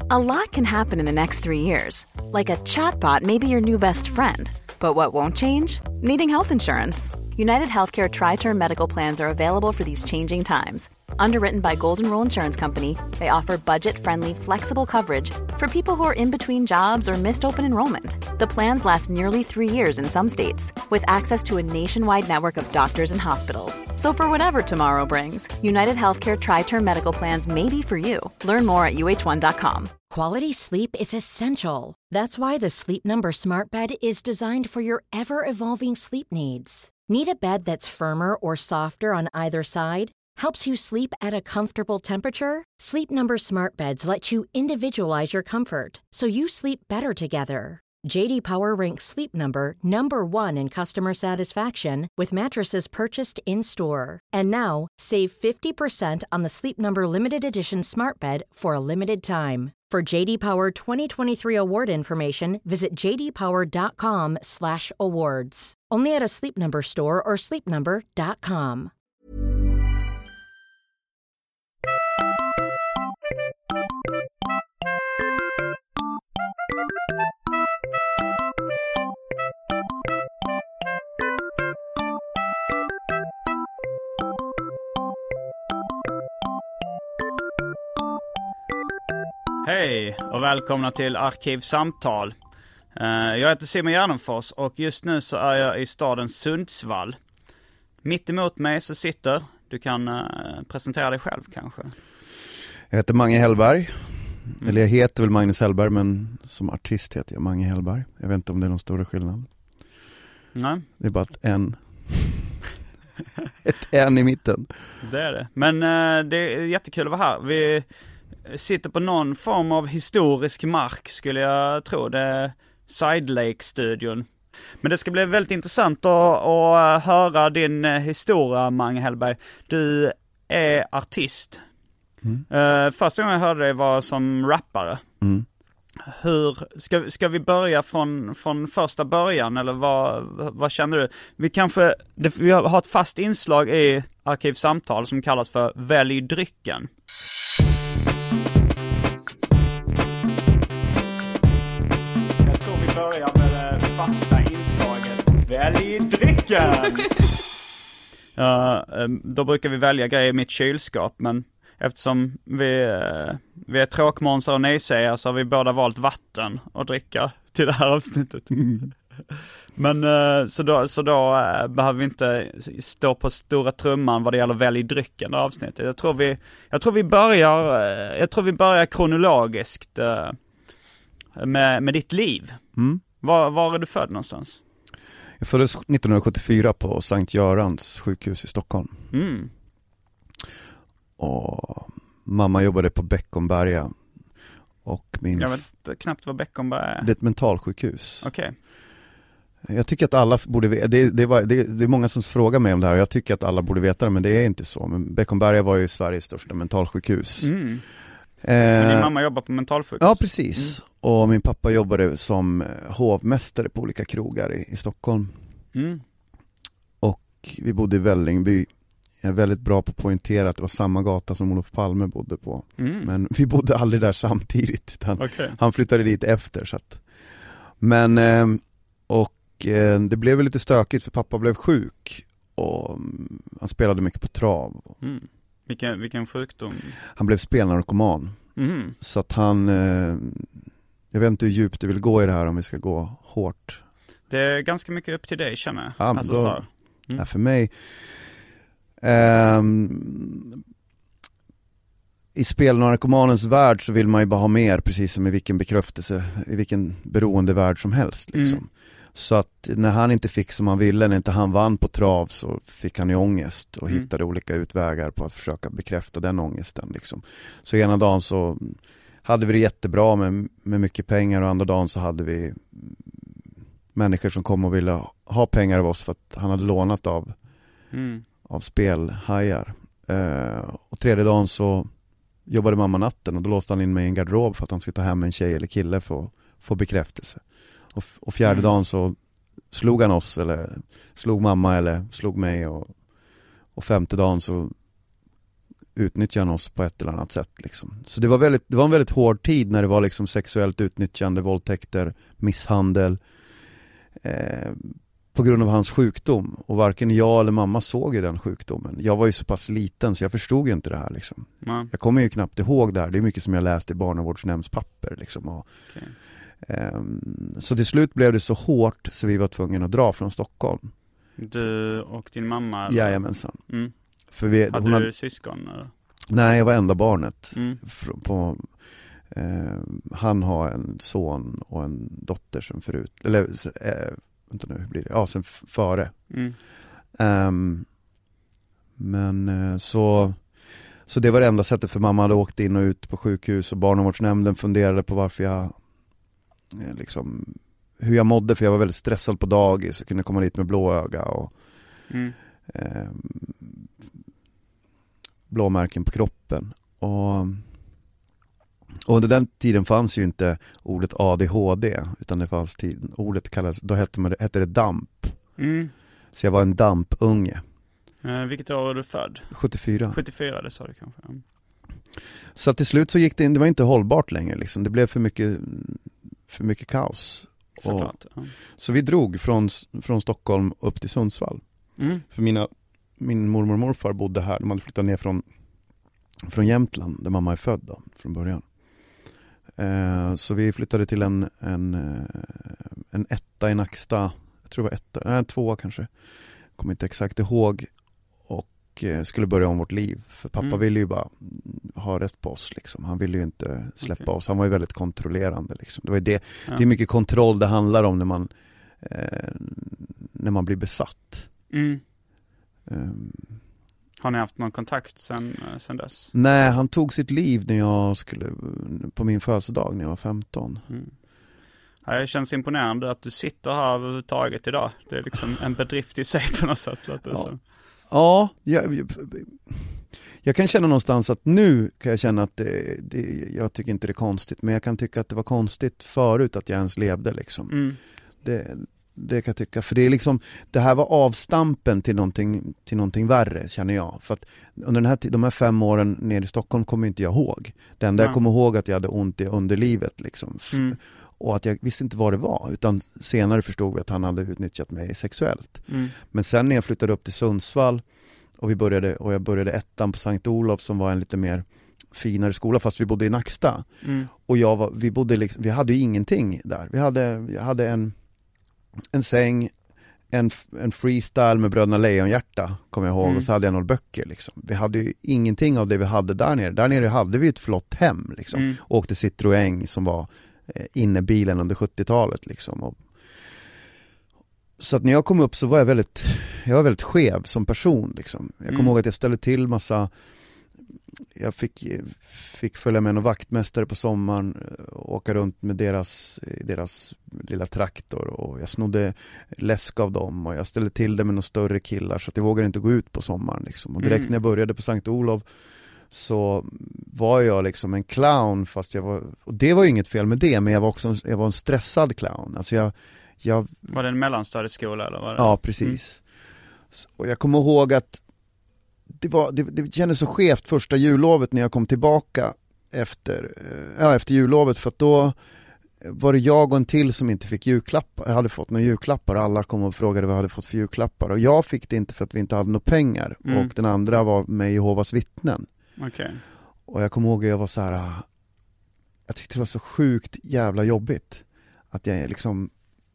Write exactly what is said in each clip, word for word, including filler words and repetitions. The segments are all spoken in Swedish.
A lot can happen in the next three years. Like a chatbot may be your new best friend. But what won't change? Needing health insurance. United Healthcare Tri-Term Medical Plans are available for these changing times. Underwritten by Golden Rule Insurance Company, they offer budget-friendly, flexible coverage for people who are in between jobs or missed open enrollment. The plans last nearly three years in some states, with access to a nationwide network of doctors and hospitals. So for whatever tomorrow brings, United Healthcare Tri-Term Medical Plans may be for you. Learn more at U H one dot com. Quality sleep is essential. That's why the Sleep Number Smart Bed is designed for your ever-evolving sleep needs. Need a bed that's firmer or softer on either side? Helps you sleep at a comfortable temperature? Sleep Number Smart Beds let you individualize your comfort, so you sleep better together. J D Power ranks Sleep Number number one in customer satisfaction with mattresses purchased in-store. And now, save fifty percent on the Sleep Number Limited Edition Smart Bed for a limited time. For J D Power twenty twenty-three award information, visit j d power dot com slash awards. Only at a Sleep Number store or sleep number dot com. Hej och välkomna till Arkivsamtal. Jag heter Simon Gärdenfors och just nu så är jag i staden Sundsvall. Mitt emot mig så sitter, du kan presentera dig själv kanske. Jag heter Mange Hellberg, mm. eller jag heter väl Magnus Hellberg, men som artist heter jag Mange Hellberg. Jag vet inte om det är någon stor skillnad. Nej. Det är bara ett en. ett en i mitten. Det är det. Men det är jättekul att vara här. Vi sitter på någon form av historisk mark skulle jag tro. Det är Side Lake-studion. Men det ska bli väldigt intressant att, att höra din historia, Mange Hellberg. Du är artist. Mm. Uh, första gången jag hörde dig var som rappare. Mm. Hur, ska, ska vi börja från, från första början eller vad, vad känner du? Vi kanske, det, vi har ett fast inslag i Arkivsamtal som kallas för Välj drycken. Jag tror vi börjar med det fasta inslaget Välj drycken. Ja, då brukar vi välja grejer i mitt kylskåp, men eftersom vi, vi är tråkmånsar och nejsägare så har vi båda valt vatten att dricka till det här avsnittet. Mm. Men så då, så då behöver vi inte stå på stora trumman vad det gäller välj drycken i avsnittet. Jag tror vi, jag tror vi börjar, jag tror vi börjar kronologiskt med, med ditt liv. Mm. Var, var är du född någonstans? Jag föddes nittonhundrasjuttiofyra på Sankt Görans sjukhus i Stockholm. Mm. Och mamma jobbade på Beckomberga. Och min jag vet knappt vad Beckomberga är. Det är ett mentalsjukhus. Okej. Okay. Jag tycker att alla borde veta, det, det, var, det, det är många som frågar mig om det här och jag tycker att alla borde veta det, men det är inte så. Men Beckomberga var ju Sveriges största mentalsjukhus. Mm. Eh, men din mamma jobbar på mentalsjukhus? Ja, precis. Mm. Och min pappa jobbade som hovmästare på olika krogar i, i Stockholm. Mm. Och vi bodde i Vällingby. Jag är väldigt bra på att poängtera att det var samma gata som Olof Palme bodde på. Mm. Men vi bodde aldrig där samtidigt. Utan okay. Han flyttade dit efter. Så att. Men, och det blev lite stökigt för pappa blev sjuk. Och han spelade mycket på trav. Mm. Vilken, vilken sjukdom? Han blev spelnarkoman. Mm. Så att han, jag vet inte hur djupt det vill gå i det här om vi ska gå hårt. Det är ganska mycket upp till dig, känner jag. Ja, alltså, då, så. Mm. Ja, för mig... Um, i spelnarkomanens värld så vill man ju bara ha mer, precis som i vilken bekräftelse, i vilken beroendevärld som helst liksom. Mm. Så att när han inte fick som han ville, när inte han vann på trav, så fick han ju ångest och mm. hittade olika utvägar på att försöka bekräfta den ångesten liksom. Så ena dagen så hade vi det jättebra med, med mycket pengar och andra dagen så hade vi människor som kom och ville ha pengar av oss för att han hade lånat av mm. av spelhajar. Uh, och tredje dagen så jobbade mamma natten och då låste han in mig i en garderob för att han skulle ta hem en tjej eller kille för att få bekräftelse. Och, och fjärde mm. dagen så slog han oss eller slog mamma eller slog mig och, och femte dagen så utnyttjade oss på ett eller annat sätt liksom. Så det var, väldigt, det var en väldigt hård tid när det var liksom sexuellt utnyttjande, våldtäkter, misshandel eh, på grund av hans sjukdom. Och varken jag eller mamma såg ju den sjukdomen. Jag var ju så pass liten så jag förstod ju inte det här liksom. Mm. Jag kommer ju knappt ihåg det här. Det är mycket som jag läste i barnavårdsnämndspapper liksom. Och, Okay. eh, så till slut blev det så hårt så vi var tvungna att dra från Stockholm. Du och din mamma? Eller? Jajamensan. Mm. För vi, hade hon du hade, syskon? Eller? nej, jag var enda barnet. Mm. På, eh, han har en son och en dotter som förut. Eller, eh, vänta nu, hur blir det? Ja, sen f- före. Mm. Um, men eh, så, så det var det enda sättet, för mamma hade åkt in och ut på sjukhus och barnavårdsnämnden funderade på varför jag eh, liksom, hur jag mådde, för jag var väldigt stressad på dagis och kunde komma dit med blå öga och Mm. eh, blåmärken på kroppen. Och, och under den tiden fanns ju inte ordet A D H D, utan det fanns tiden, ordet kallades, då hette, man, hette det damp. Mm. Så jag var en dampunge. Eh, vilket år är du född? sjuttiofyra. sjuttiofyra, det sa du kanske. Mm. Så till slut så gick det in, det var inte hållbart längre liksom. Det blev för mycket, för mycket kaos. Såklart. Ja. Så vi drog från, från Stockholm upp till Sundsvall. Mm. För mina, min mormor och morfar bodde här. De hade flyttat ner från, från Jämtland, där mamma är född då, från början. Eh, så vi flyttade till en, en, en etta i Nacksta. Jag tror det var etta, nej, tvåa kanske. Kommer inte exakt ihåg. Och eh, skulle börja om vårt liv. För pappa Mm. ville ju bara ha rätt på oss liksom. Han ville ju inte släppa Okej. oss. Han var ju väldigt kontrollerande liksom. Det var ju det. Ja. Det är mycket kontroll det handlar om när man eh, när man blir besatt. Mm. Um, Har ni haft någon kontakt sen, sen dess? nej, han tog sitt liv när jag skulle på min födelsedag när jag var femton. Mm. Ja, det känns imponerande att du sitter här överhuvudtaget idag. Det är liksom en bedrift i sig på något sätt. Låter det Ja. som. Ja, jag, jag kan känna någonstans att nu kan jag känna att det, det, jag tycker inte det är konstigt, men jag kan tycka att det var konstigt förut att jag ens levde liksom. Mm. Det, det kan jag tycka, för det är liksom, det här var avstampen till någonting, till någonting värre, känner jag. För att under den här, de här fem åren nere i Stockholm kommer inte jag ihåg. Det enda Ja. jag kommer ihåg att jag hade ont i underlivet liksom. Mm. Och att jag visste inte vad det var, utan senare förstod vi att han hade utnyttjat mig sexuellt. Mm. Men sen när jag flyttade upp till Sundsvall och vi började, och jag började ettan på Sankt Olof som var en lite mer finare skola, fast vi bodde i Nacksta. Mm. Och jag var, vi bodde liksom, vi hade ju ingenting där. Vi hade, jag hade en, en säng, en, en freestyle med Bröderna Lejonhjärta, kommer jag ihåg, Mm. och så hade jag några böcker liksom. Vi hade ju ingenting av det vi hade där nere. Där nere hade vi ett flott hem liksom. Mm. Och åkte Citroën som var eh, innebilen under sjuttiotalet liksom. Och, så att när jag kom upp så var jag väldigt, jag var väldigt skev som person liksom. Jag kommer Mm. ihåg att jag ställde till massa, jag fick, fick följa med en vaktmästare på sommaren och åka runt med deras, deras lilla traktor, och jag snodde läsk av dem och jag ställde till det med några större killar så att jag vågade inte gå ut på sommaren liksom. Och direkt Mm. när jag började på Sankt Olof så var jag liksom en clown, fast jag var, och det var ju inget fel med det, men jag var också en, jag var en stressad clown. Alltså jag, jag Var det en mellanstadieskola eller var det? Ja, precis. Så- Och jag kommer ihåg att det, var, det, det kändes så skevt första jullovet när jag kom tillbaka efter, eh, ja, efter jullovet, för att då var det jag och en till som inte fick julklappar. Jag hade fått några julklappar, alla kom och frågade vad jag hade fått för julklappar, och jag fick det inte för att vi inte hade några pengar. Mm. Och den andra var med Jehovas vittnen. Okej. Och jag kommer ihåg att jag var så här, ah, jag tyckte det var så sjukt jävla jobbigt att jag liksom,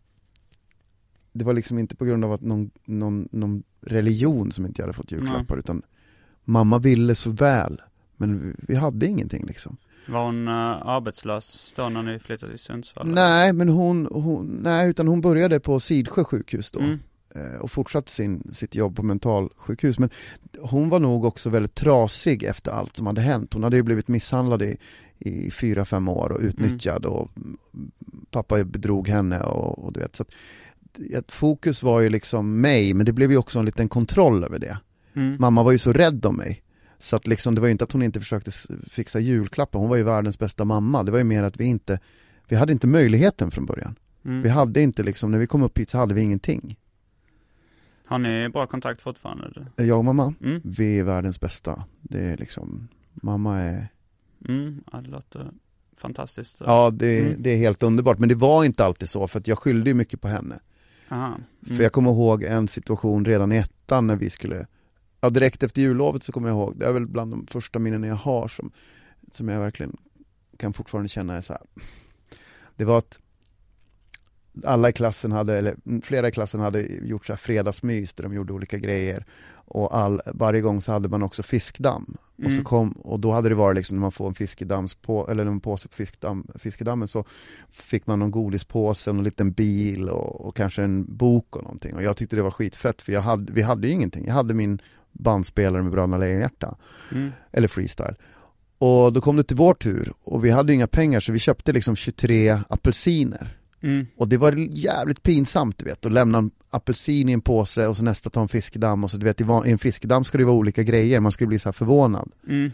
det var liksom inte på grund av att någon, någon, någon religion som inte hade fått julklappar, utan mamma ville så väl, men vi, vi hade ingenting liksom. Var hon uh, arbetslös då när ni flyttade till Sundsvall? Nej, men hon, hon, nej, utan hon började på Sidsjö sjukhus då. Mm. eh, Och fortsatte sin, sitt jobb på mentalsjukhus. Men hon var nog också väldigt trasig efter allt som hade hänt. Hon hade ju blivit misshandlad i, i fyra, fem år och utnyttjad, Mm. och pappa bedrog henne och, och du vet, så att ett fokus var ju liksom mig, men det blev ju också en liten kontroll över det. Mm. Mamma var ju så rädd om mig, så att liksom, det var ju inte att hon inte försökte s- fixa julklappar. Hon var ju världens bästa mamma. Det var ju mer att vi inte, vi hade inte möjligheten från början. Mm. Vi hade inte liksom, när vi kom upp hit så hade vi ingenting. Har ni bra kontakt fortfarande? Jag och mamma, Mm. vi är världens bästa. Det är liksom, mamma är... Mm, ja, det låter fantastiskt. Ja, det, Mm. det är helt underbart. Men det var inte alltid så, för att jag skyllde ju mycket på henne. Aha. Mm. För jag kommer ihåg en situation redan i ettan när vi skulle... Ja, direkt efter jullovet så kommer jag ihåg, det är väl bland de första minnen jag har som, som jag verkligen kan fortfarande känna är så här. Det var att alla i klassen hade, eller flera i klassen hade gjort så här fredagsmys där de gjorde olika grejer. Och all, varje gång så hade man också fiskdamm. Mm. Och, så kom, och då hade det varit liksom när man får en fiskedams på, eller en påse på fiskdamm, fiskedammen, så fick man någon godispåse, en liten bil och, och kanske en bok och någonting. Och jag tyckte det var skitfett, för jag hade, vi hade ju ingenting. Jag hade min bandspelare med Bröderna Lejonhjärta. Mm. Eller freestyle. Och då kom det till vår tur. Och vi hade ju inga pengar, så vi köpte liksom tjugotre apelsiner. Mm. Och det var jävligt pinsamt, du vet, att lämna en apelsin i en påse och så nästa ta en fiskedamm. Och så du vet, i en fiskedamm ska det vara olika grejer. Man skulle bli så här förvånad. Mm.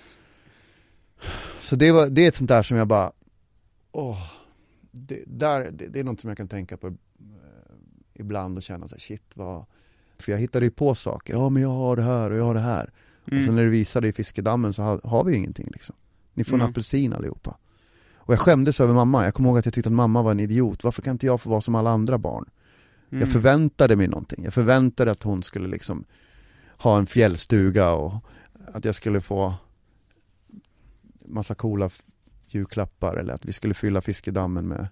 Så det, var, det är ett sånt där som jag bara... Åh, det, där, det, det är något som jag kan tänka på eh, ibland och känna så här, shit, vad... För jag hittade ju på saker. Ja, men jag har det här och jag har det här. Mm. Och sen när det visade i fiskedammen så har, har vi ingenting liksom. Ni får Mm. en apelsin allihopa. Och jag skämdes över mamma. Jag kommer ihåg att jag tyckte att mamma var en idiot. Varför kan inte jag få vara som alla andra barn? Mm. Jag förväntade mig någonting. Jag förväntade att hon skulle liksom ha en fjällstuga och att jag skulle få massa coola julklappar, eller att vi skulle fylla fiskedammen med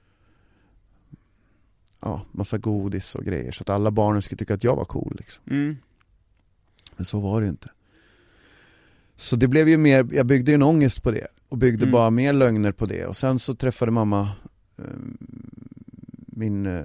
ja, massa godis och grejer, så att alla barnen skulle tycka att jag var cool liksom. Mm. Men så var det inte. Så det blev ju mer, jag byggde ju en ångest på det och byggde Mm. bara mer lögner på det. Och sen så träffade mamma eh, min eh,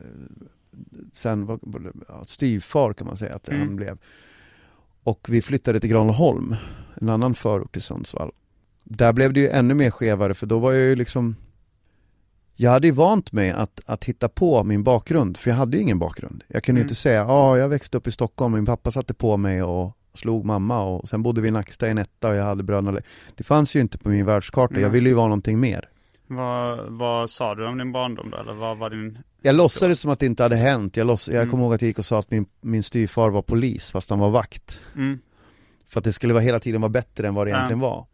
sen var ja, styvfar kan man säga att Mm. han blev. Och vi flyttade till Granlholm, en annan förort till Sundsvall. Där blev det ju ännu mer skevare, för då var jag ju liksom, jag hade ju vant mig att, att hitta på min bakgrund, för jag hade ju ingen bakgrund. Jag kunde Mm. inte säga, ja ah, jag växte upp i Stockholm, min pappa satte på mig och slog mamma, och sen bodde vi i Nacksta i en etta och jag hade bröderna. Det fanns ju inte på min världskarta, Nej. jag ville ju vara någonting mer. Vad, vad sa du om din barndom då? Eller vad var din... Jag låtsades som att det inte hade hänt. Jag, låts, jag Mm. kommer ihåg att jag gick och sa att min, min styvfar var polis fast han var vakt. Mm. För att det skulle vara, hela tiden vara bättre än vad det Ja. egentligen var.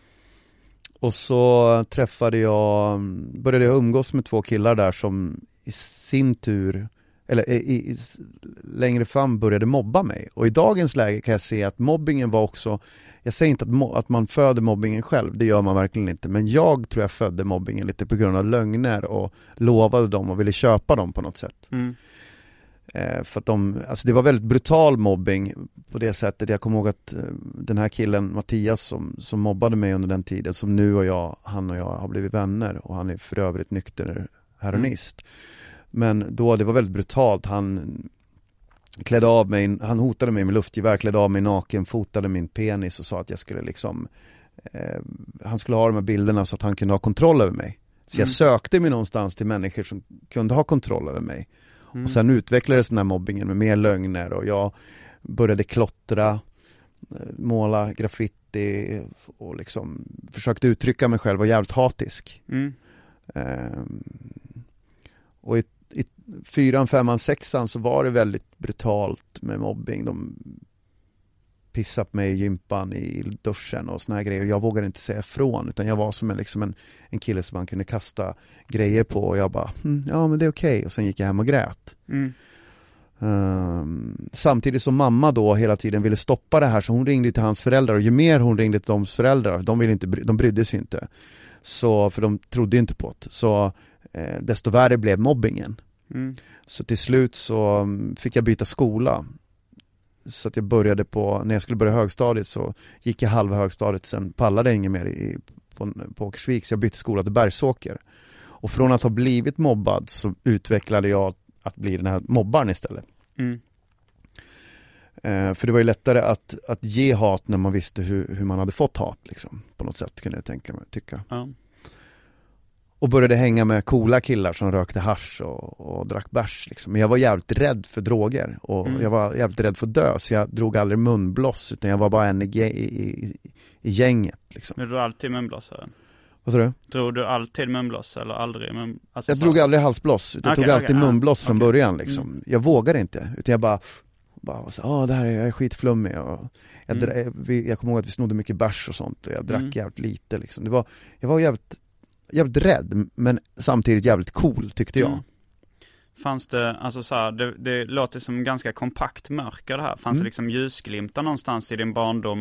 Och så träffade jag, började jag umgås med två killar där som i sin tur, eller i, i, längre fram började mobba mig. Och i dagens läge kan jag se att mobbingen var också, jag säger inte att, mo- att man föder mobbingen själv, det gör man verkligen inte. Men jag tror jag födde mobbingen lite på grund av lögner och lovade dem och ville köpa dem på något sätt. Mm. Eh, för att de, alltså det var väldigt brutal mobbing på det sättet. Jag kommer ihåg att eh, den här killen Mattias som, som mobbade mig under den tiden, som nu och jag, han och jag har blivit vänner, och han är för övrigt nykter heroinist. Mm. Men då, det var väldigt brutalt. Han klädde av mig, han hotade mig med luftgevär, klädde av mig naken, fotade min penis och sa att jag skulle liksom eh, han skulle ha de här bilderna så att han kunde ha kontroll över mig. Så jag Mm. sökte sökte mig någonstans till människor som kunde ha kontroll över mig. Mm. Och sen utvecklades den här mobbingen med mer lögner, och jag började klottra, måla graffiti och liksom försökte uttrycka mig själv, och jävligt hatisk. Mm. Um, och i, i fyran, femman, sexan så var det väldigt brutalt med mobbing. De pissade på mig i gympan, i duschen och såna här grejer. Jag vågade inte säga ifrån, utan jag var som en, liksom en, en kille som man kunde kasta grejer på, och jag bara, hm, ja men det är okej. Okay. Och sen gick jag hem och grät. Mm. Um, samtidigt som mamma då hela tiden ville stoppa det här, så hon ringde till hans föräldrar, och ju mer hon ringde till deras föräldrar, de, ville inte, de brydde sig inte. Så, för de trodde inte på det. Så eh, desto värre blev mobbingen. Mm. Så till slut så um, fick jag byta skola. Så att jag började på, när jag skulle börja högstadiet så gick jag halva högstadiet, sen pallade jag inget mer i, på, på Åkersvik, så jag bytte skola till Bergsåker. Och från att ha blivit mobbad så utvecklade jag att bli den här mobbaren istället. Mm. Eh, för det var ju lättare att, att ge hat när man visste hur, hur man hade fått hat liksom, på något sätt kunde jag tänka mig, tycka. Ja. Och började hänga med coola killar som rökte hasch och, och drack bärs liksom. Men jag var jävligt rädd för droger, och Mm. jag var jävligt rädd för att dö, så jag drog aldrig munblås, utan jag var bara en i, i, i, i gänget liksom. Men du är alltid munblåsare? Vad sa du? Drog du alltid munblås eller aldrig? Mun... Alltså, jag så... drog aldrig halsblås, utan jag okay, tog alltid okay, munblås ah, från okay. början liksom. Mm. Jag vågade inte, utan jag bara, bara så, ah, det här är, jag är skitflummig. Och jag, mm. vi, jag kommer ihåg att vi snodde mycket bärs och sånt, och jag drack mm. jävligt lite liksom. Det var, jag var jävligt, jävligt rädd, men samtidigt jävligt cool, tyckte jag. Mm. Fanns det, alltså så här, det, det låter som ganska kompakt mörker det här. Fanns mm. det liksom ljusglimtar någonstans i din barndom?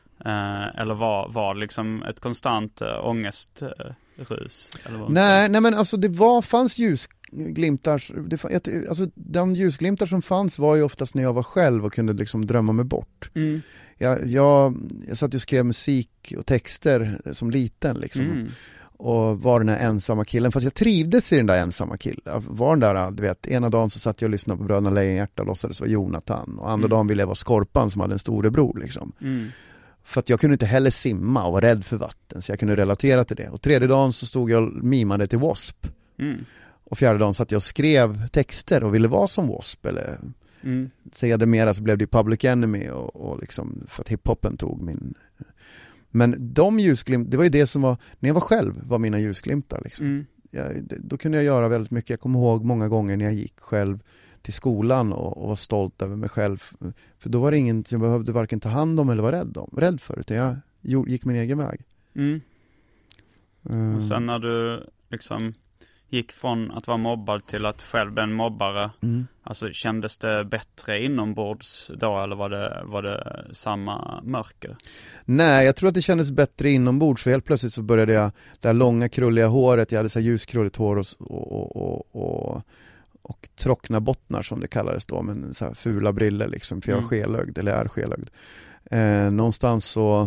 Eh, eller var, var det liksom ett konstant äh, ångestrus? Eller vad nej, nej, men alltså det var, fanns ljusglimtar. Det, alltså de ljusglimtar som fanns var ju oftast när jag var själv och kunde liksom drömma mig bort. Mm. Jag, jag, jag satt och skrev musik och texter som liten liksom. Mm. Och var den här ensamma killen. Fast jag trivdes i den där ensamma killen. Var den där, du vet, ena dagen så satt jag och lyssnade på Bröderna Lejonhjärta och låtsades vara Jonathan. Och andra mm. dagen ville jag vara Skorpan som hade en storebror liksom. Mm. För att jag kunde inte heller simma och var rädd för vatten. Så jag kunde relatera till det. Och tredje dagen så stod jag och mimade till W A S P. Mm. Och fjärde dagen satt jag och skrev texter och ville vara som W A S P. Eller mm. säga det mera så blev det Public Enemy. Och, och liksom, för att hiphopen tog min... Men de ljusglimt, det var ju det som var, när jag var själv var mina ljusglimtar liksom. Mm. Jag, då kunde jag göra väldigt mycket. Jag kommer ihåg många gånger när jag gick själv till skolan och, och var stolt över mig själv. För då var det inget jag behövde varken ta hand om eller vara rädd om. Rädd för, utan jag gick min egen väg. Mm. Um. Och sen när du liksom gick från att vara mobbad till att själv bli en mobbare, mm. alltså kändes det bättre inombords då, eller var det, var det samma mörker? Nej, jag tror att det kändes bättre inombords, för helt plötsligt så började jag, det här långa krulliga håret, jag hade så här ljuskrulligt hår och, och, och, och, och tråckna bottnar som det kallades då, men så här fula briller liksom, för jag var mm. skelögd, eller är skelögd. Eh, någonstans så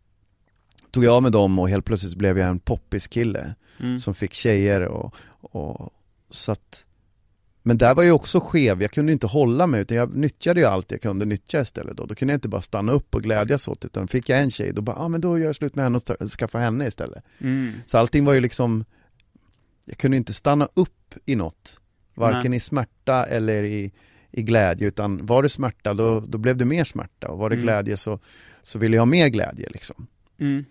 tog jag av med dem och helt plötsligt blev jag en poppis kille mm. som fick tjejer och, och så att, men där var jag också skev, jag kunde inte hålla mig, utan jag nyttjade ju allt jag kunde nyttja istället då. Då kunde jag inte bara stanna upp och glädjas åt, utan fick jag en tjej, då bara, ja ah, men då gör jag slut med henne och skaffa henne istället. Mm. Så allting var ju liksom, jag kunde inte stanna upp i något, varken Nej. i smärta eller i, i glädje, utan var det smärta då, då blev det mer smärta, och var det mm. glädje så, så ville jag ha mer glädje liksom. Mm.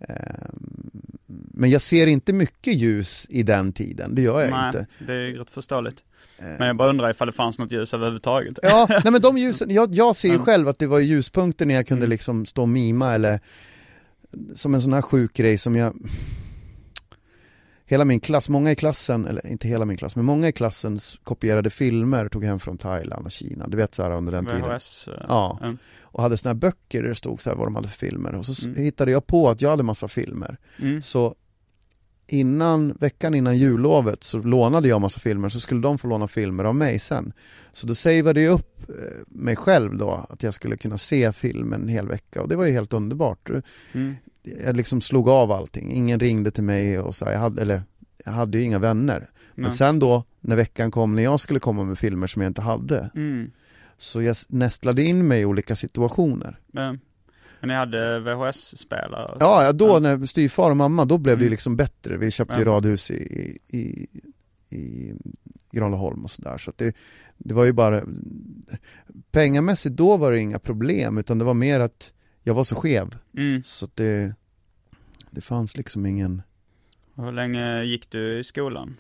Men jag ser inte mycket ljus i den tiden, det gör jag nej, inte. Det är rätt förståeligt. Men jag bara undrar ifall det fanns något ljus överhuvudtaget. Ja, nej men de ljusen, jag, jag ser ju mm. själv att det var ljuspunkter när jag kunde mm. liksom stå och mima, eller som en sån här sjuk grej som jag, hela min klass, många i klassen, eller inte hela min klass, men många i klassen kopierade filmer, tog hem från Thailand och Kina, du vet så här under den V H S, tiden. Ja, mm. och hade såna här böcker där det stod så här vad de hade för filmer, och så mm. hittade jag på att jag hade massa filmer. Mm. Så innan, veckan innan jullovet så lånade jag massa filmer, så skulle de få låna filmer av mig sen. Så då savade jag upp mig själv då, att jag skulle kunna se filmen en hel vecka, och det var ju helt underbart. Mm. Jag liksom slog av allting. Ingen ringde till mig och så här, jag hade, eller jag hade ju inga vänner. Nej. Men sen då när veckan kom, när jag skulle komma med filmer som jag inte hade, mm. så jag nästlade in mig i olika situationer. Mm. Men ni hade V H S-spelare? Ja, ja, då när styvfar och mamma, då blev mm. det liksom bättre. Vi köpte mm. ju radhus i, i, i Granlaholm och sådär. Så att det, det var ju bara, pengamässigt då var det inga problem, utan det var mer att jag var så skev. Mm. Så att det, det fanns liksom ingen... Hur länge gick du i skolan?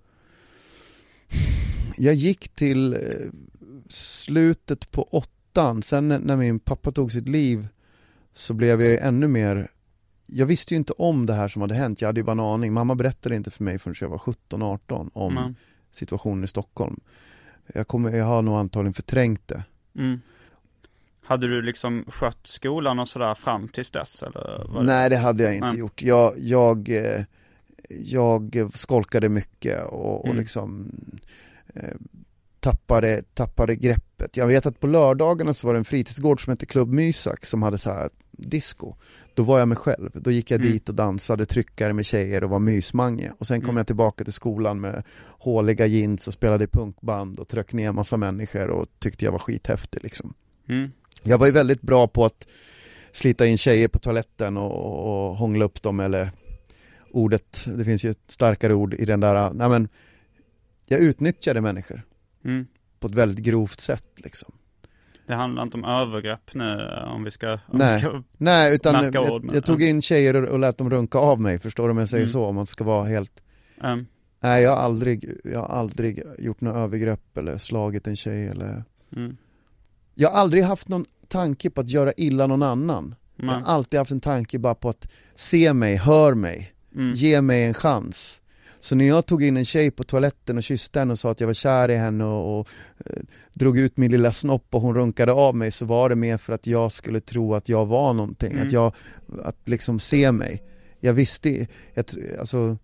Jag gick till slutet på åttan. Sen när min pappa tog sitt liv så blev jag ännu mer... Jag visste ju inte om det här som hade hänt. Jag hade ju bara en aning. Mamma berättade inte för mig förrän jag var sjutton arton om mm. situationen i Stockholm. Jag, kommer, jag har nog antagligen förträngt det. Mm. Hade du liksom skött skolan och sådär fram tills dess? Eller var det... Nej, det hade jag inte Nej. gjort. Jag, jag, jag skolkade mycket och, och mm. liksom eh, tappade, tappade greppet. Jag vet att på lördagarna så var det en fritidsgård som hette Klubb Mysak som hade så här disco. Då var jag mig själv. Då gick jag mm. dit och dansade tryckare med tjejer och var mysmange. Och sen kom mm. jag tillbaka till skolan med håliga jeans och spelade i punkband och tryckte ner en massa människor och tyckte jag var skithäftig liksom. Mm. Jag var ju väldigt bra på att slita in tjejer på toaletten och, och hångla upp dem, eller ordet, det finns ju ett starkare ord i den där, nej men jag utnyttjade människor mm. på ett väldigt grovt sätt liksom. Det handlar inte om övergrepp nu, om vi ska, om Nej. vi ska Nej, utan jag, ord, men, jag tog in tjejer och, och lät dem runka av mig, förstår du om jag säger mm. så, om man ska vara helt... Um. Nej, jag har aldrig, jag har aldrig gjort något övergrepp eller slagit en tjej eller... Mm. Jag har aldrig haft någon tanke på att göra illa någon annan. Mm. Jag har alltid haft en tanke bara på att se mig, hör mig, mm. ge mig en chans. Så när jag tog in en tjej på toaletten och kysste henne och sa att jag var kär i henne och, och eh, drog ut min lilla snopp och hon runkade av mig, så var det mer för att jag skulle tro att jag var någonting. Mm. Att jag, att liksom se mig. Jag visste, jag, alltså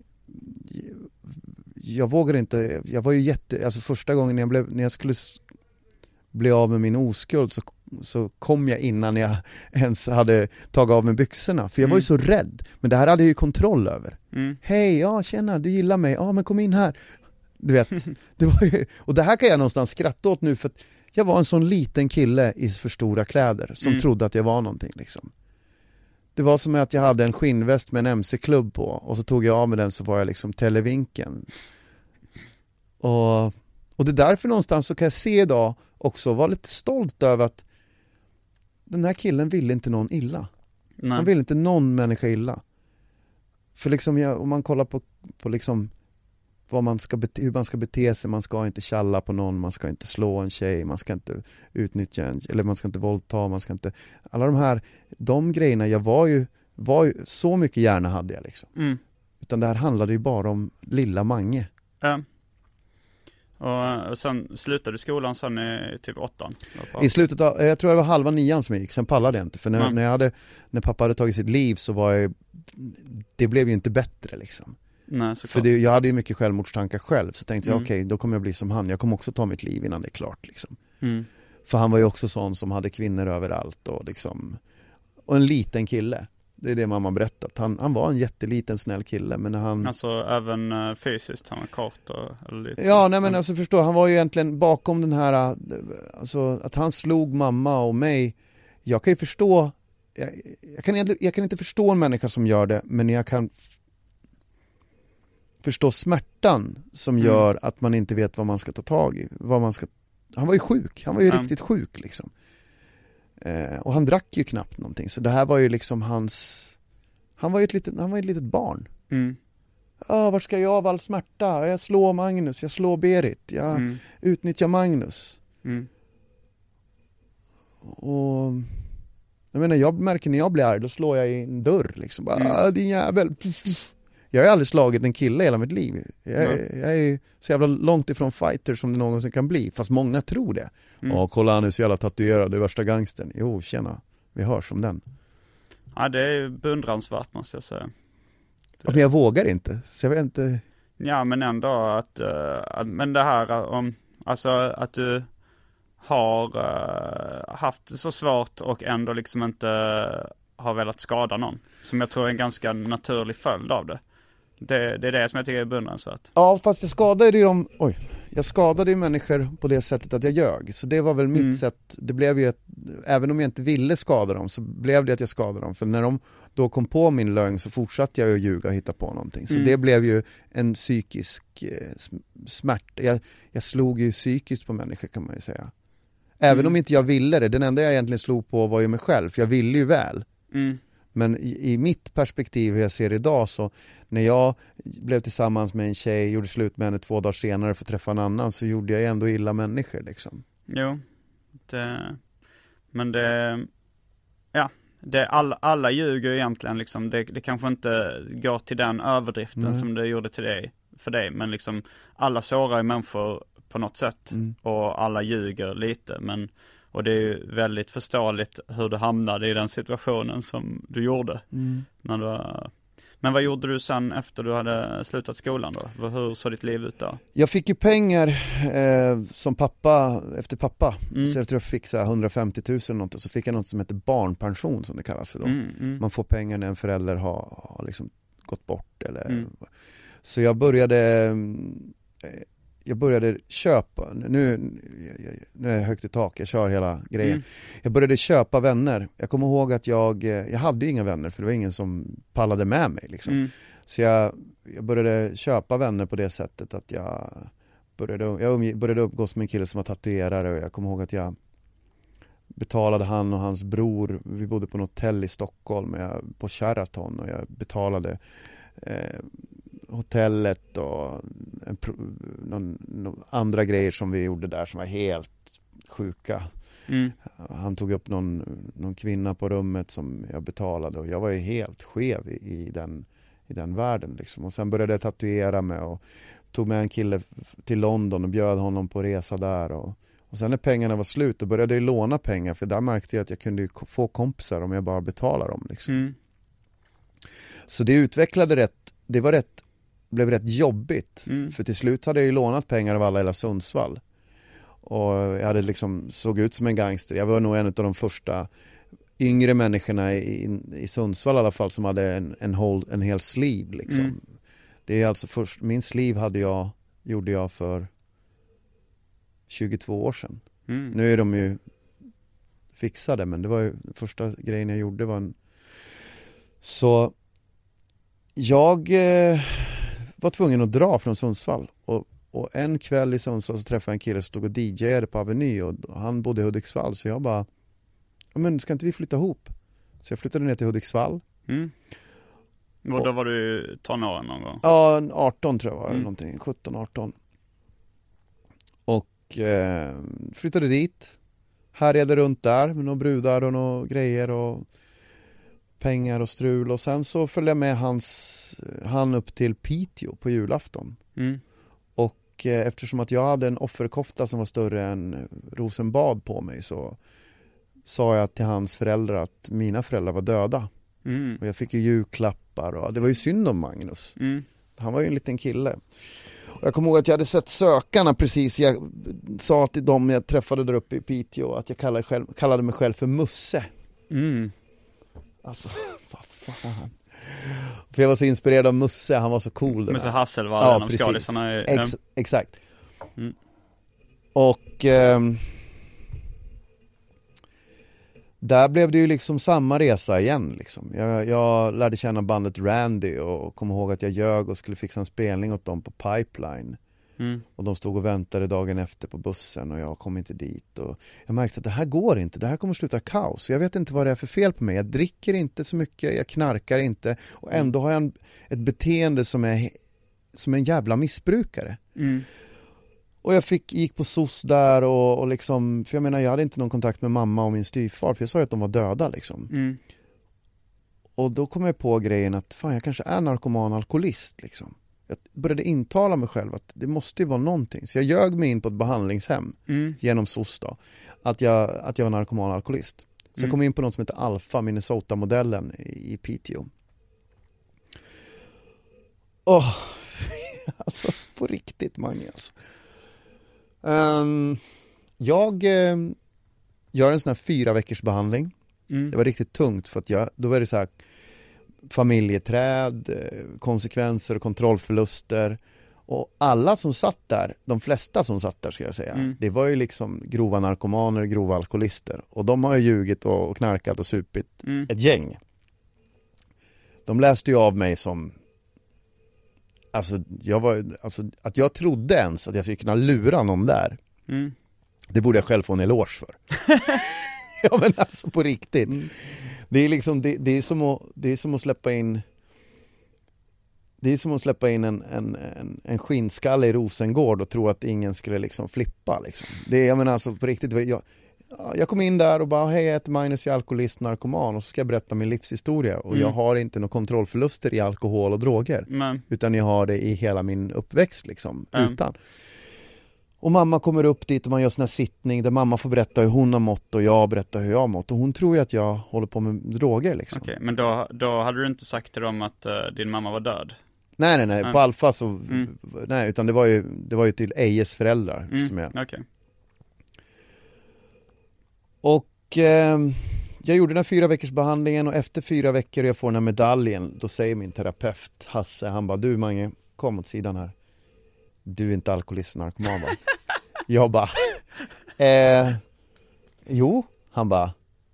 jag vågade inte, jag var ju jätte, alltså första gången jag blev, när jag skulle bli av med min oskuld så, så kom jag innan jag ens hade tagit av mig byxorna, för jag mm. var ju så rädd, men det här hade jag ju kontroll över. Mm. Hej, ja tjena, du gillar mig, ja men kom in här. Du vet, det var ju, och det här kan jag någonstans skratta åt nu, för att jag var en sån liten kille i för stora kläder som mm. trodde att jag var någonting liksom. Det var som att jag hade en skinnväst med en M C-klubb på, och så tog jag av med den, så var jag liksom Televinken. Och, och det är därför någonstans så kan jag se idag också, vara lite stolt över att den här killen ville inte någon illa. Nej. Han ville inte någon människa illa. För liksom jag, om man kollar på, på liksom vad man ska bete, hur man ska bete sig, man ska inte tjalla på någon, man ska inte slå en tjej, man ska inte utnyttja en, eller man ska inte våldta, man ska inte, alla de här, de grejerna, jag var ju, var ju så mycket hjärna hade jag liksom. Mm. Utan det här handlade ju bara om lilla Mange. Ja. Och, och sen slutade skolan sen i typ åttan. I slutet av, jag tror det var halva nian som jag gick, sen pallade jag inte. För när, mm. när, jag hade, när pappa hade tagit sitt liv så var jag, det blev ju inte bättre liksom. Nej, för det, jag hade ju mycket självmordstankar själv, så tänkte mm. jag okej, okay, då kommer jag bli som han. Jag kommer också ta mitt liv innan det är klart liksom. Mm. För han var ju också sån som hade kvinnor överallt och liksom, och en liten kille. Det är det mamma berättat. Han, han var en jätteliten snäll kille, men när han... Alltså även uh, fysiskt, han var kort och... Eller lite... Ja, nej men alltså förstå, han var ju egentligen bakom den här, alltså att han slog mamma och mig. Jag kan ju förstå, jag, jag, kan, jag kan inte förstå en människa som gör det, men jag kan förstå smärtan som mm. gör att man inte vet vad man ska ta tag i. Vad man ska... Han var ju sjuk, han var ju mm. riktigt sjuk liksom. Eh, och han drack ju knappt någonting. Så det här var ju liksom hans... Han var ju ett litet, han var ett litet barn. Mm. Ah, var ska jag av all smärta? Jag slår Magnus, jag slår Berit. Jag mm. utnyttjar Magnus. Mm. Och... Jag menar, jag märker när jag blir arg, då slår jag i en dörr liksom. Bara, mm. din jävel. Jag har aldrig slagit en kille hela mitt liv. Jag, mm. jag är så jävla långt ifrån fighter som det någonsin kan bli. Fast många tror det. Ja, mm. kolla han är så jävla tatuerad, det är värsta gangstern. Jo, tjena. Vi hörs om den. Ja, det är ju beundransvärt måste jag säga. Ja, men jag vågar inte. Så jag vet inte. Ja, men ändå att... Uh, men det här om... Alltså att du har uh, haft så svårt och ändå liksom inte uh, har velat skada någon. Som jag tror är en ganska naturlig följd av det. Det, det är det som jag tycker är beundransvärt. Ja, fast jag skadade ju dem... Oj. Jag skadade ju människor på det sättet att jag ljög. Så det var väl mitt mm. sätt. Det blev ju ett, även om jag inte ville skada dem, så blev det att jag skadade dem. För när de då kom på min lögn så fortsatte jag att ljuga och hitta på någonting. Så mm. det blev ju en psykisk eh, smärta. Jag, jag slog ju psykiskt på människor, kan man ju säga. Även mm. om inte jag ville det. Den enda jag egentligen slog på var ju mig själv. För jag ville ju väl. Mm. Men i, i mitt perspektiv, hur jag ser det idag, så när jag blev tillsammans med en tjej, gjorde slut med henne två dagar senare för att träffa en annan, så gjorde jag ändå illa människor liksom. Jo, det, men det, ja, det alla, alla ljuger egentligen liksom, det, det kanske inte går till den överdriften mm. som det gjorde till dig, för dig, men liksom alla sårar människor på något sätt mm. och alla ljuger lite, men och det är ju väldigt förståeligt hur du hamnade i den situationen som du gjorde. Mm. När du, men vad gjorde du sen efter du hade slutat skolan då? Hur såg ditt liv ut då? Jag fick ju pengar eh, som pappa, efter pappa. Mm. Så efter jag fick så här hundrafemtio tusen något, så fick jag något som heter barnpension, som det kallas för då. Mm, mm. Man får pengar när en förälder har, har liksom gått bort. Eller... Mm. Så jag började... Eh, Jag började köpa, nu, nu är jag högt i tak, jag kör hela grejen. Mm. Jag började köpa vänner. Jag kommer ihåg att jag, jag hade inga vänner, för det var ingen som pallade med mig liksom. Mm. Så jag, jag började köpa vänner på det sättet att jag började, jag började uppgås med en kille som var tatuerare, och jag kommer ihåg att jag betalade han och hans bror, vi bodde på en hotell i Stockholm jag, på Sheraton, och jag betalade eh, hotellet och en, någon, någon andra grejer som vi gjorde där som var helt sjuka. Mm. Han tog upp någon, någon kvinna på rummet som jag betalade, och jag var ju helt skev i, i, den, i den världen liksom. Och sen började jag tatuera mig och tog med en kille till London och bjöd honom på resa där, och, och sen när pengarna var slut då började jag låna pengar, för där märkte jag att jag kunde få kompisar om jag bara betalade dem liksom. Mm. Så det utvecklade rätt, det var rätt, blev rätt jobbigt, mm. för till slut hade jag ju lånat pengar av alla i hela Sundsvall. Och jag hade liksom såg ut som en gangster. Jag var nog en av de första yngre människorna i, i Sundsvall i alla fall som hade en, en, hold, en hel sleeve liksom. Mm. Det är alltså först, min sleeve hade jag, gjorde jag för tjugotvå år sedan. Mm. Nu är de ju fixade, men det var ju första grejen jag gjorde var en... Så jag eh, var tvungen att dra från Sundsvall, och Och en kväll i Sundsvall så träffade jag en kille som stod och D J:ade på Aveny, och han bodde i Hudiksvall, så jag bara, men ska inte vi flytta ihop? Så jag flyttade ner till Hudiksvall. Mm. Och då var du tonåren någon gång? Ja, arton tror jag var, mm. någonting, sjutton arton. Och eh, flyttade dit, härjade runt där med några brudar och några grejer och pengar och strul, och sen så följde jag med hans, han upp till Piteå på julafton. Mm. Och eftersom att jag hade en offerkofta som var större än Rosenbad på mig, så sa jag till hans föräldrar att mina föräldrar var döda. Mm. Och jag fick ju julklappar, och det var ju synd om Magnus. Mm. Han var ju en liten kille. Och jag kommer ihåg att jag hade sett Sökarna precis. Jag sa till dem jag träffade där uppe i Piteå att jag kallade, själv, kallade mig själv för Musse. Mm. Alltså, vad fan. För jag var så inspirerad av Musse, han var så cool. Musse Hasselvall, ja, skådisarna är... Ex- exakt. Mm. Och eh, där blev det ju liksom samma resa igen liksom. jag, jag lärde känna bandet Randy och kom ihåg att jag ljög och skulle fixa en spelning åt dem på Pipeline. Mm. Och de stod och väntade dagen efter på bussen, och jag kom inte dit, och jag märkte att det här går inte, det här kommer sluta kaos. Jag vet inte vad det är för fel på mig, jag dricker inte så mycket, jag knarkar inte, och ändå har jag en, ett beteende som är som en jävla missbrukare. Mm. Och jag fick, gick på S O S där och, och liksom, för jag menar jag hade inte någon kontakt med mamma och min styvfar, för jag sa ju att de var döda liksom. Mm. Och då kom jag på grejen att fan, jag kanske är narkoman alkoholist liksom. Jag började intala mig själv att det måste ju vara någonting. Så jag ljög mig in på ett behandlingshem mm. genom S O S då, att jag, att jag var narkoman alkoholist. Så mm. jag kom in på något som heter Alpha, Minnesota-modellen i, i Piteå. Åh, oh, alltså på riktigt Mange alltså. Um, jag uh, gör en sån här fyra veckors behandling. Mm. Det var riktigt tungt, för att jag, då var det så här familjeträd, konsekvenser och kontrollförluster, och alla som satt där, de flesta som satt där ska jag säga, mm. det var ju liksom grova narkomaner, grova alkoholister, och de har ju ljugit och knarkat och supit mm. ett gäng. De läste ju av mig som alltså, jag var, alltså att jag trodde ens att jag skulle kunna lura någon där. Mm. Det borde jag själv få en eloge för. Ja, men alltså på riktigt. Mm. Det är liksom det, det är som att det är som att släppa in det är som att släppa in en en en, en skinnskalle i Rosengård och tro att ingen skulle liksom flippa liksom. Det är, jag menar alltså på riktigt, jag jag kom in där och bara hej, jag heter Magnus, jag är alkoholist, narkoman, och så ska jag berätta min livshistoria, och mm. jag har inte några kontrollförluster i alkohol och droger, mm. utan jag har det i hela min uppväxt liksom, mm. utan. Och mamma kommer upp dit och man gör sån här sittning där mamma får berätta hur hon har mått och jag berättar hur jag har mått, och hon tror ju att jag håller på med droger liksom. Okej, okay, men då, då hade du inte sagt till dem att uh, din mamma var död? Nej, nej, nej, mm. på Alfa så mm. nej, utan det var ju det var ju till Ejes föräldrar mm. som jag. Okej. Okay. Och eh, jag gjorde den här fyra veckors behandlingen, och efter fyra veckor och jag får den här medaljen, då säger min terapeut Hasse, han bara, du Mange, kom åt sidan här. Du är inte alkoholist, narkoman va? Jag bara eh, jo, han bara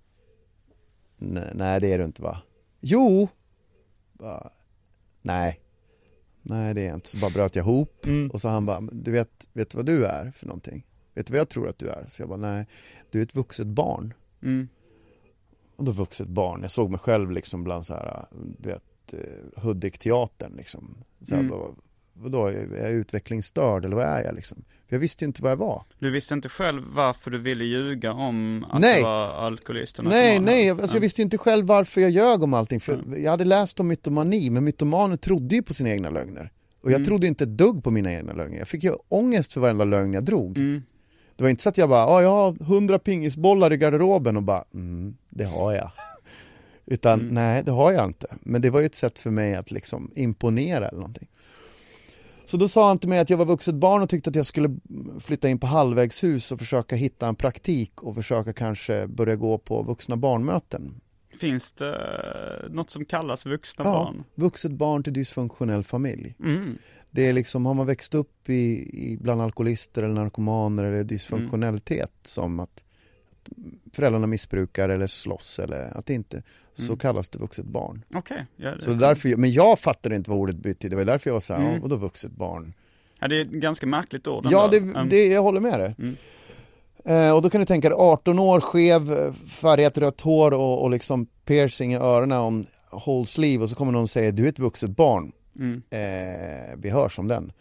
nej, det är du inte va? Jo, bara, nej nej det är inte, så bara bröt jag ihop mm. och så han bara, du vet, vet vad du är för någonting? Vet du vad jag tror att du är? Så jag bara, nej, du är ett vuxet barn. Mm. Och då vuxet barn. Jag såg mig själv liksom bland så här, du vet, Hudik-teatern liksom. Så här, Mm. vad, vadå, är jag utvecklingsstörd eller vad är jag liksom? För jag visste ju inte vad jag var. Du visste inte själv varför du ville ljuga om att Nej. du var alkoholist? och Nej, narkoman? nej, alltså Mm. jag visste ju inte själv varför jag ljög om allting. För Mm. jag hade läst om mytomani, men mytomaner trodde ju på sina egna lögner. Och jag Mm. trodde inte ett dugg på mina egna lögner. Jag fick ju ångest för varenda lögn jag drog. Mm. Det var inte så att jag bara, ja, jag har hundra pingisbollar i garderoben och bara, mm, det har jag. Utan, Mm. nej, det har jag inte. Men det var ju ett sätt för mig att liksom imponera eller någonting. Så då sa han till mig att jag var vuxet barn och tyckte att jag skulle flytta in på halvvägshus och försöka hitta en praktik och försöka kanske börja gå på vuxna barnmöten. Finns det något som kallas vuxna Ja, barn? vuxet barn till dysfunktionell familj. Mm. Det är liksom, har man växt upp i, i bland alkoholister eller narkomaner eller dysfunktionalitet mm. som att, att föräldrarna missbrukar eller slåss eller att det inte, så Mm. kallas det vuxet barn. Okej. Okay. Ja, så därför, men jag fattade inte vad ordet betydde, det var därför jag var så här, Mm. ja, vadå vuxet barn? Ja, det är ett ganska märkligt ord. Ja, det, mm. det, jag håller med dig. Mm. Eh, och då kan du tänka dig arton år, skev, färgat rött hår och, och liksom piercing i öronen om whole sleeve och så kommer någon och säger, du är ett vuxet barn. Mm. Eh, vi hörs om den.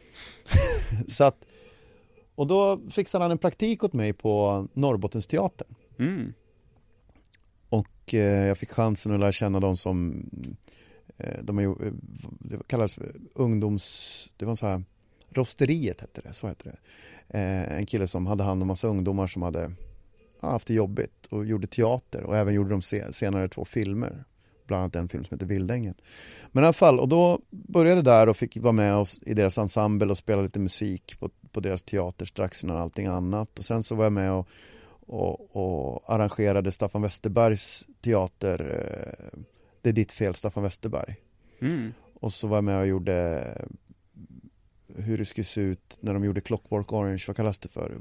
Så att, och då fixade han en praktik åt mig på Norrbottensteatern. Mm. Och eh, jag fick chansen att lära känna dem som eh, de har gjort, eh, det kallas ungdoms, det var så här, rosteriet hette det, så hette det. Eh, en kille som hade hand om massa ungdomar som hade ja, haft det jobbigt och gjorde teater och även gjorde de se, senare två filmer. Bland annat en film som heter Vildängen. Men i alla fall, och då började där och fick vara med oss i deras ensemble och spela lite musik på, på deras teater strax innan allting annat. Och sen så var jag med och, och, och arrangerade Staffan Westerbergs teater eh, Det är ditt fel, Staffan Westerberg. Mm. Och så var jag med och gjorde hur det skulle se ut när de gjorde Clockwork Orange, vad kallas det för?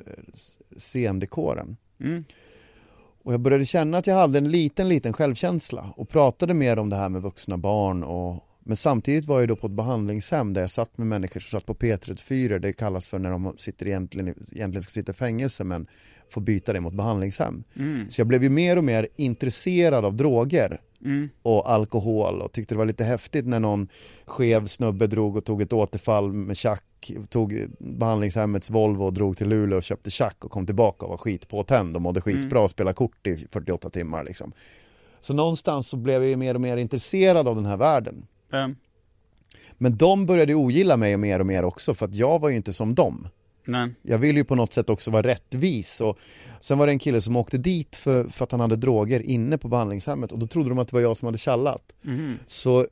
Scendekoren. Mm. Och jag började känna att jag hade en liten, liten självkänsla och pratade mer om det här med vuxna barn. Och, men samtidigt var jag då på ett behandlingshem där jag satt med människor som satt på P trettiofyra. Det kallas för när de sitter egentligen, egentligen ska sitta i fängelse men får byta det mot behandlingshem. Mm. Så jag blev ju mer och mer intresserad av droger Mm. och alkohol och tyckte det var lite häftigt när någon skev snubbe drog och tog ett återfall med tjack, tog behandlingshemmets Volvo och drog till Luleå och köpte tjack och kom tillbaka och var skitpåtänd och mådde skitbra och spelade kort i fyrtioåtta timmar liksom. Så någonstans så blev jag mer och mer intresserad av den här världen. Mm. Men de började ogilla mig mer och mer också för att jag var ju inte som dem. Nej. Jag ville ju på något sätt också vara rättvis och sen var det en kille som åkte dit för, för att han hade droger inne på behandlingshemmet och då trodde de att det var jag som hade tjallat. Mm. Så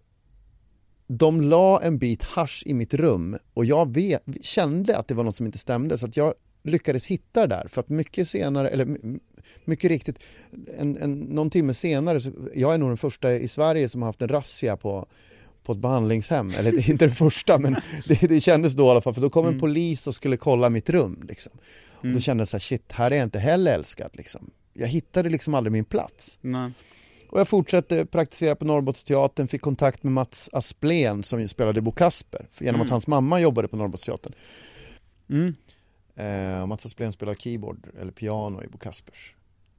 de la en bit hasch i mitt rum och jag vet, kände att det var något som inte stämde så att jag lyckades hitta det där för att mycket senare, eller mycket riktigt en, en, någon timme senare så, jag är nog den första i Sverige som har haft en razzia på på ett behandlingshem, eller inte den första men det, det kändes då i alla fall för då kom Mm. en polis och skulle kolla mitt rum liksom. Och Mm. då kände jag så här, shit, här är jag inte heller älskad liksom. Jag hittade liksom aldrig min plats. Nej. Och jag fortsatte praktisera på Norrbottensteatern, fick kontakt med Mats Asplén som ju spelade Bo Kasper genom Mm. att hans mamma jobbade på Norrbottensteatern. Mm. Eh, Mats Asplén spelade keyboard eller piano i Bo Kaspers.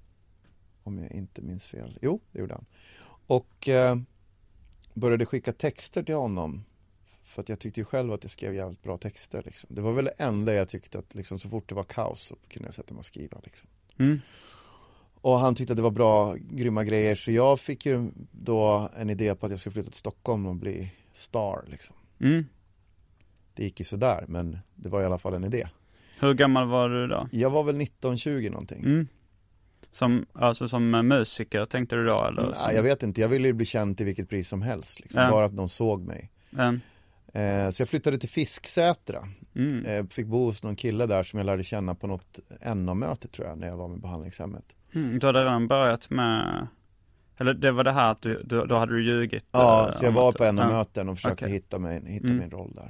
Om jag inte minns fel. Jo, det gjorde han. Och eh, började skicka texter till honom. För att jag tyckte ju själv att jag skrev jävligt bra texter. Liksom. Det var väl det enda jag tyckte att liksom, så fort det var kaos så kunde jag sätta mig och skriva. Liksom. Mm. Och han tyckte att det var bra, grymma grejer. Så jag fick ju då en idé på att jag skulle flytta till Stockholm och bli star. Liksom. Mm. Det gick ju sådär, men det var i alla fall en idé. Hur gammal var du då? Jag var väl nitton tjugo någonting. Mm. Som, alltså som musiker tänkte du då? Eller? Nej, jag vet inte. Jag ville ju bli känd till vilket pris som helst. Liksom. Ja. Bara att någon såg mig. Mm. Eh, så jag flyttade till Fisksätra. Mm. Eh, fick bo hos någon kille där som jag lärde känna på något N A-möte tror jag. När jag var med behandlingshemmet. Mm. Du hade redan börjat med... Eller det var det här att du, du, då hade du ljugit? Ja, eh, så jag om var att- på N Ja. A-möten och försökte Okej. hitta, mig, hitta Mm. min roll där.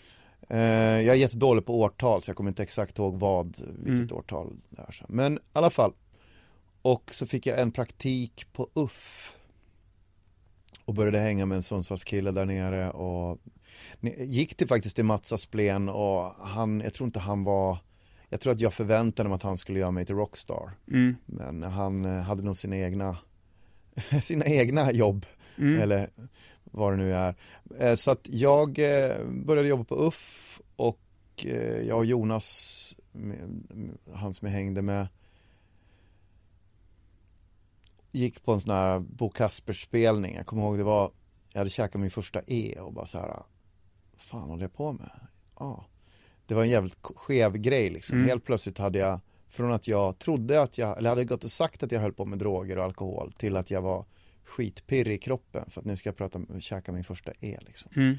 Eh, jag är jättedålig på årtal så jag kommer inte exakt ihåg vad, vilket Mm. årtal det är. Så. Men i alla fall. Och så fick jag en praktik på U F. Och började hänga med en Sundsvallskille där nere. Och gick till faktiskt till Mats Asplén och han, jag tror inte han var... jag tror att jag förväntade mig att han skulle göra mig till rockstar. Mm. Men han eh, hade nog sina egna sina egna jobb. Mm. Eller vad det nu är. Eh, så att jag eh, började jobba på U F och eh, jag och Jonas, med, han som jag hängde med, gick på en sån här Bo Kaspers spelning. Jag kommer ihåg det var, jag hade käkat min första E och bara så här, fan håller jag på med? Ja. Det var en jävligt skev grej liksom. Mm. Helt plötsligt hade jag, från att jag trodde att jag, eller hade gått och sagt att jag höll på med droger och alkohol, till att jag var skitpirrig i kroppen för att nu ska jag prata med, käka min första E liksom. Mm.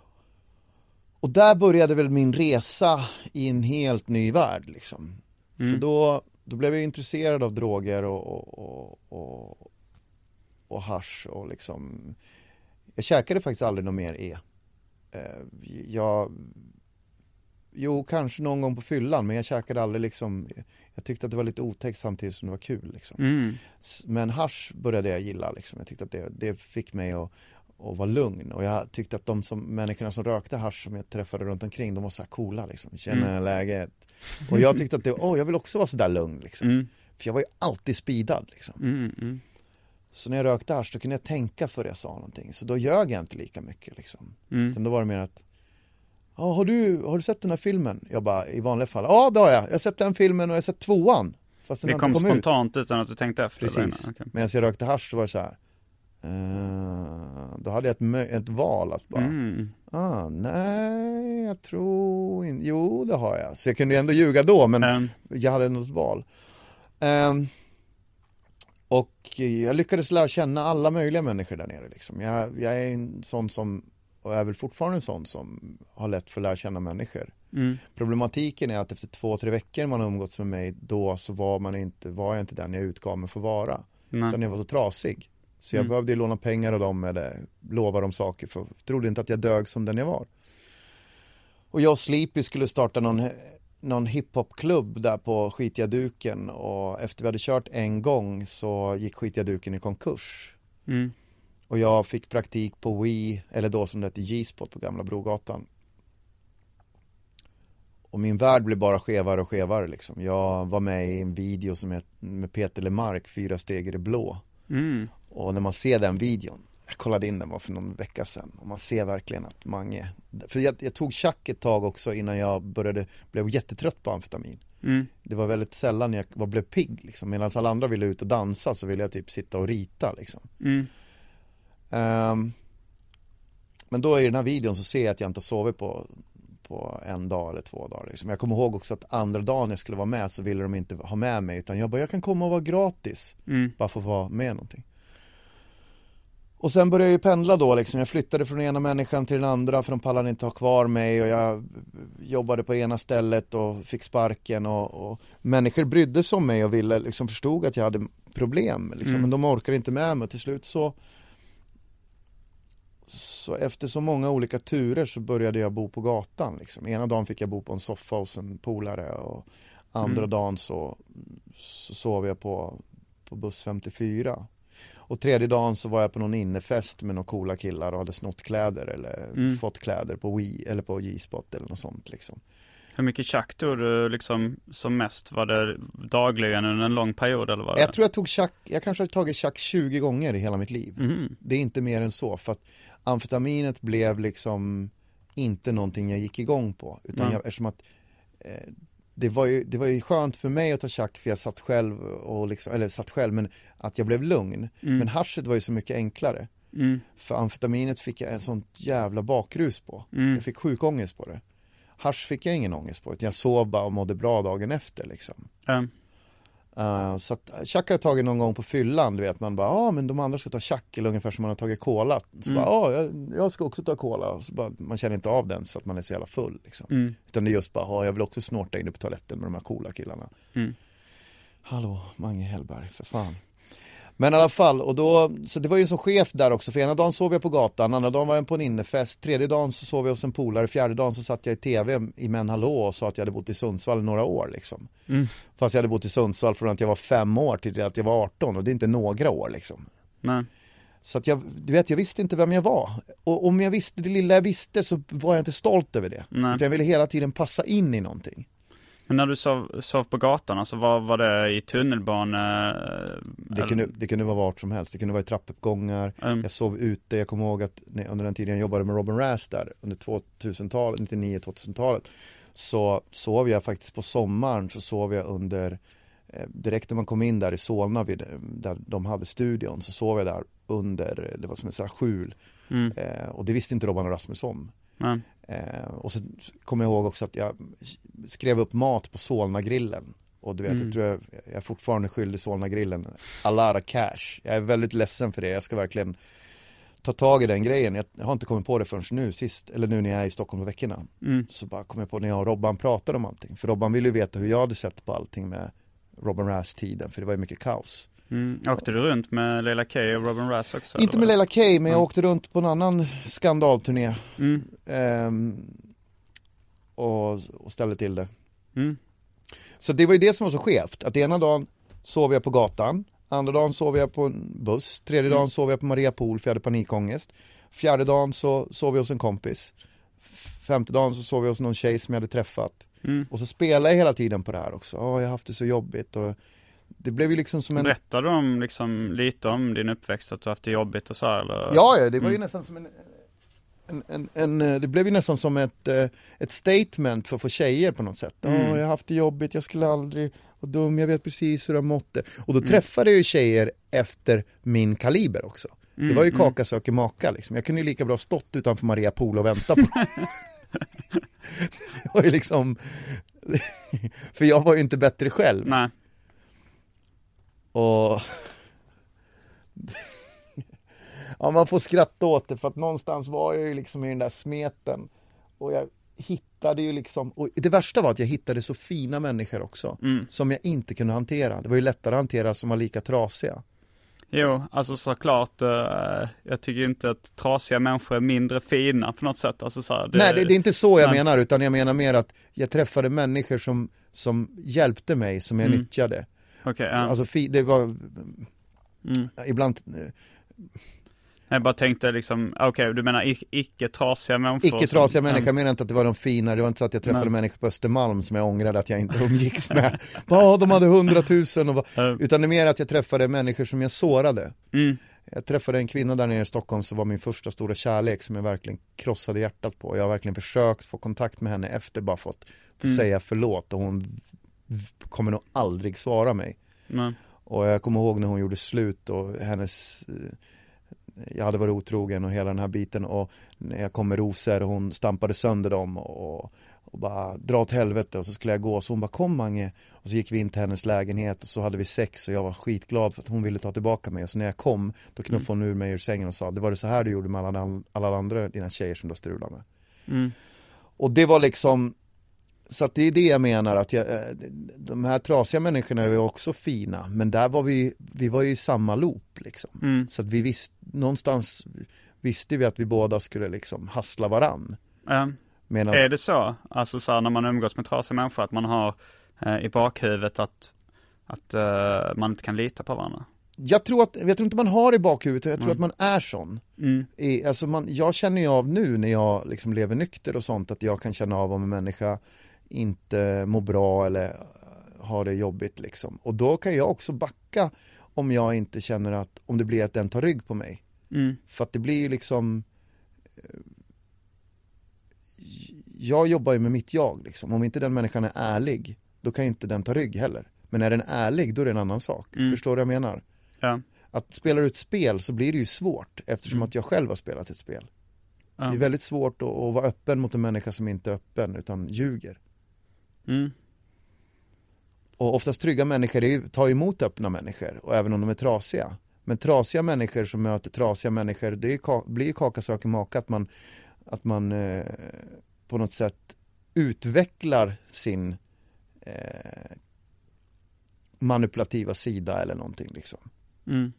Och där började väl min resa i en helt ny värld liksom. Mm. För då, då blev jag intresserad av droger och, och, och, och, och hasch och liksom, jag käkade faktiskt aldrig något mer E. Jag Jo, kanske någon gång på fyllan, men jag käkade aldrig liksom, jag tyckte att det var lite otäckt samtidigt som det var kul liksom. Mm. Men hasch började jag gilla liksom. Jag tyckte att det, det fick mig att, att vara lugn, och jag tyckte att de som, människorna som rökte hasch som jag träffade runt omkring, de var så här coola liksom, känna mm. läget. Och jag tyckte att det, åh, jag vill också vara så där lugn liksom. Mm. För jag var ju alltid speedad liksom. Mm, mm. Så när jag rökte hasch, då kunde jag tänka för jag sa någonting. Så då ljög jag inte lika mycket liksom. Mm. Sen då var det mer att, ja, har du, har du sett den här filmen? Jag bara, i vanliga fall, ja det har jag. Jag har sett den filmen och jag har sett tvåan. Fast den det kom spontant ut. Utan att du tänkte efter. Precis. Okay. Medan jag rökte hasch så var det så här. Uh, då hade jag ett, mö- ett val att bara, mm. ah, nej, jag tror inte, jo det har jag. Så jag kunde ändå ljuga då, men mm. jag hade något val. Um, och jag lyckades lära känna alla möjliga människor där nere liksom. Jag, jag är en sån som, och är väl fortfarande en sån som har lätt för att lära känna människor. Mm. Problematiken är att efter två, tre veckor man har umgåtts med mig, då så var, man inte, var jag inte den jag utgav mig för att vara. Nej. Utan jag var så trasig. Så jag mm. behövde låna pengar av dem eller lova dem saker, för jag trodde inte att jag dög som den jag var. Och jag och Sleepy skulle starta någon, någon hiphopklubb där på Skitiga Duken, och efter vi hade kört en gång så gick Skitiga Duken i konkurs. Mm. Och jag fick praktik på Wii, eller då som det hette G-spot på Gamla Brogatan. Och min värld blev bara skevare och skevare liksom. Jag var med i en video som heter med Peter Lemark, Fyra steg i det blå. Mm. Och när man ser den videon, jag kollade in den var för någon vecka sedan, och man ser verkligen att Mange, för jag, jag tog tjack ett tag också innan jag började, blev jättetrött på amfetamin. Mm. Det var väldigt sällan jag var, blev pigg liksom. Medan alla andra ville ut och dansa så ville jag typ sitta och rita liksom. Mm. Um, men då i den här videon så ser jag att jag inte sovit på, på en dag eller två dagar liksom. Jag kommer ihåg också att andra dagen jag skulle vara med så ville de inte ha med mig, utan jag bara, jag kan komma och vara gratis mm. bara för att vara med någonting. Och sen började jag ju pendla då liksom. Jag flyttade från ena människan till den andra, för de pallade inte ha kvar mig, och jag jobbade på ena stället och fick sparken, och, och människor brydde sig om mig och ville liksom, förstod att jag hade problem liksom. Mm. Men de orkade inte med mig, och till slut så så efter så många olika turer så började jag bo på gatan liksom. Ena dagen fick jag bo på en soffa hos en polare, och andra mm. dagen så, så sov jag på, på buss femtiofyra. Och tredje dagen så var jag på någon innefest med några coola killar och hade snott kläder eller mm. fått kläder på Wii eller på G-spot eller något sånt liksom. Hur mycket tjack tog du liksom som mest? Var det dagligen under en lång period eller vad? Jag tror jag tog tjack, jag kanske har tagit tjack tjugo gånger i hela mitt liv. Mm. Det är inte mer än så, för att amfetaminet blev liksom inte någonting jag gick igång på, utan jag, eftersom att eh, det var ju det var ju skönt för mig att ta tjack, för jag satt själv och liksom, eller satt själv, men att jag blev lugn. Mm. Men haschet var ju så mycket enklare. Mm. För amfetaminet fick jag en sånt jävla bakrus på. Mm. Jag fick sjuk ångest på det. Hasch fick jag ingen ångest på. Jag sov bara och mådde bra dagen efter liksom. Mm. Uh, så att tjack har jag tagit någon gång på fyllan, du vet, man bara, ja ah, men de andra ska ta tjack, eller ungefär som man har tagit cola. Så mm. bara, ja ah, jag, jag ska också ta cola. Så bara, man känner inte av den för att man är så jävla full liksom. Mm. Utan det är just bara, ah, jag vill också snorta inne på toaletten med de här coola killarna. Mm. Hallå, Mange Hellberg, för fan. Men i alla fall, och då, så det var ju en sån chef där också, för ena dagen sov jag på gatan, andra dagen var jag på en innefest, tredje dagen så sov jag hos en polare, fjärde dagen så satt jag i tv i Men Hallå och sa att jag hade bott i Sundsvall några år liksom. Mm. Fast jag hade bott i Sundsvall från att jag var fem år till att jag var arton, och det är inte några år liksom. Nej. Så att jag, du vet, jag visste inte vem jag var. Och om jag visste det lilla jag visste så var jag inte stolt över det. Nej. Utan jag ville hela tiden passa in i någonting. Men när du sov, sov på gatan, alltså var, var det i tunnelbana? Det kunde, det kunde vara vart som helst. Det kunde vara i trappuppgångar. Mm. Jag sov ute. Jag kommer ihåg att under den tiden jag jobbade med Robin Rass där, under tvåtusentalet, nittionio tvåtusentalet, så sov jag faktiskt på sommaren, så sov jag under, eh, direkt när man kom in där i Solna, vid, där de hade studion, så sov jag där under, det var som en sån här skjul. Mm. Eh, och det visste inte Robban och Rasmus om. Mm. Eh, och så kommer jag ihåg också att jag skrev upp mat på Solna-grillen. Och du vet, mm. jag tror jag, jag är fortfarande skyldig Solna-grillen a lot of cash. Jag är väldigt ledsen för det. Jag ska verkligen ta tag i den grejen. Jag har inte kommit på det förrän nu sist, eller nu när jag är i Stockholm på veckorna. Mm. Så bara kom jag på när jag och Robban pratade om allting. För Robban ville ju veta hur jag hade sett på allting med Robin Rass-tiden, för det var ju mycket kaos. Mm. Åkte du runt med Leila K och Robin Rass också? Inte med Leila K, men jag mm. åkte runt på en annan skandalturné. Mm. Um, och, och ställde till det. Mm. Så det var ju det som var så skevt. Att ena dagen sov jag på gatan, andra dagen sov jag på en buss, tredje dagen mm. sov jag på Maria Pool för jag hade panikångest. Fjärde dagen så sov jag hos en kompis. Femte dagen så sov jag hos någon tjej som jag hade träffat. Mm. Och så spelade jag hela tiden på det här också. Åh, jag har haft det så jobbigt. Och det blev ju liksom som en... Berättade du om, liksom, lite om din uppväxt, att du haft det jobbigt och så här, eller? Ja, ja, det var ju mm. nästan som en, en, en, en... Det blev ju nästan som ett, ett statement för, för tjejer på något sätt. Mm. Åh, jag har haft det jobbigt, jag skulle aldrig vara dum, jag vet precis hur jag måtte. Och då mm. träffade jag ju tjejer efter min kaliber också. Mm. Det var ju kaka söker maka liksom. Jag kunde ju lika bra stått utanför Maria Pool och vänta på det var ju liksom... För jag var ju inte bättre själv. Nej. Och ja, man får skratta åt det, för att någonstans var jag ju liksom i den där smeten. Och jag hittade ju liksom, och det värsta var att jag hittade så fina människor också, mm. som jag inte kunde hantera. Det var ju lättare att hantera som var lika trasiga. Jo, alltså såklart, uh, jag tycker inte att trasiga människor är mindre fina på något sätt. Alltså, så här, det, nej, det, det är inte så jag nej. menar, utan jag menar mer att jag träffade människor som, som hjälpte mig, som jag mm. nyttjade. Okay, ja. Alltså det var mm. ibland... Jag bara tänkte liksom, okej, okay, du menar icke-trasiga människor? Icke-trasiga som, människor, jag menar inte att det var de fina. Det var inte så att jag träffade nej. människor på Östermalm som jag ångrade att jag inte umgicks med. Ja, de hade hundratusen. Och bara, utan det är mer att jag träffade människor som jag sårade. Mm. Jag träffade en kvinna där nere i Stockholm som var min första stora kärlek, som jag verkligen krossade hjärtat på. Jag har verkligen försökt få kontakt med henne efter, bara fått få mm. säga förlåt, och hon kommer nog aldrig svara mig. Nej. Och jag kommer ihåg när hon gjorde slut och hennes... Jag hade varit otrogen och hela den här biten, och när jag kom med rosor och hon stampade sönder dem och, och bara dra åt helvete, och så skulle jag gå, så hon bara kom Mange, och så gick vi in till hennes lägenhet och så hade vi sex, och jag var skitglad för att hon ville ta tillbaka mig, och så när jag kom då knuffade hon ur mig ur sängen och sa, det var det så här du gjorde med alla, alla andra dina tjejer som du strulade med. Mm. Och det var liksom, så att det är det jag menar, att jag, de här trasiga människorna är ju också fina, men där var vi, vi var ju i samma loop liksom. Mm. Så att vi visste, någonstans visste vi att vi båda skulle liksom hassla varann. Mm. Medan... Är det så? Alltså så här, när man umgås med trasiga människor, att man har eh, i bakhuvudet att, att eh, man inte kan lita på varandra? Jag tror, att, jag tror inte man har i bakhuvudet, jag tror mm. att man är sån. Mm. I, alltså man, jag känner ju av nu när jag liksom lever nykter och sånt, att jag kan känna av om en människa inte mår bra eller har det jobbigt liksom. Och då kan jag också backa om jag inte känner att, om det blir att den tar rygg på mig. Mm. För att det blir ju liksom, jag jobbar ju med mitt jag liksom. Om inte den människan är ärlig, då kan ju inte den ta rygg heller. Men är den ärlig, då är det en annan sak. Mm. Förstår du vad jag menar? Ja. Att spela ut spel, så blir det ju svårt, eftersom mm. att jag själv har spelat ett spel. Ja. Det är väldigt svårt att, att vara öppen mot en människa som inte är öppen utan ljuger. Mm. Och oftast trygga människor tar emot öppna människor, och även om de är trasiga. Men trasiga människor som möter trasiga människor, det är, blir kaka söker maka, att man, att man eh, på något sätt utvecklar sin eh, manipulativa sida eller någonting liksom. Mm.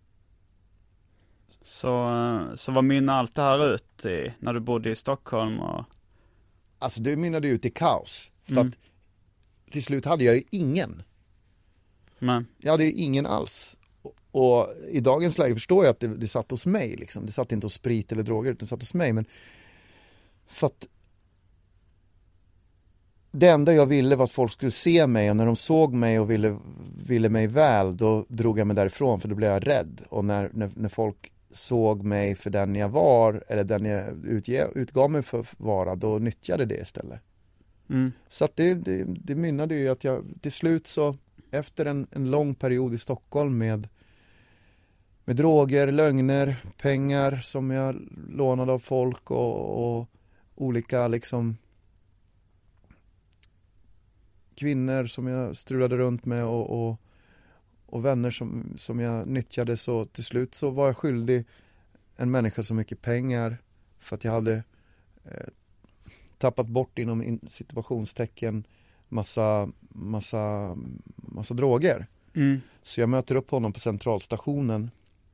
Så, så vad mynnar allt det här ut i när du bodde i Stockholm? Och... Alltså det mynnade ut i kaos. För mm. att till slut hade jag ju ingen. Nej. Jag hade ju ingen alls. Och, och i dagens läge förstår jag att det, det satt hos mig liksom. Det satt inte hos sprit eller droger, utan det satt hos mig. Men för att det enda jag ville var att folk skulle se mig, och när de såg mig och ville, ville mig väl, då drog jag mig därifrån, för då blev jag rädd. Och när, när, när folk såg mig för den jag var, eller den jag utge, utgav mig för att vara, då nyttjade det istället. Mm. Så att det, det, det mynnade ju att jag till slut så, efter en, en lång period i Stockholm med med droger, lögner, pengar som jag lånade av folk, och, och olika liksom kvinnor som jag strulade runt med, och, och, och vänner som, som jag nyttjade, så till slut så var jag skyldig en människa så mycket pengar för att jag hade eh, tappat bort inom in, situationstecken massa, massa, massa droger. Mm. Så jag möter upp honom på centralstationen.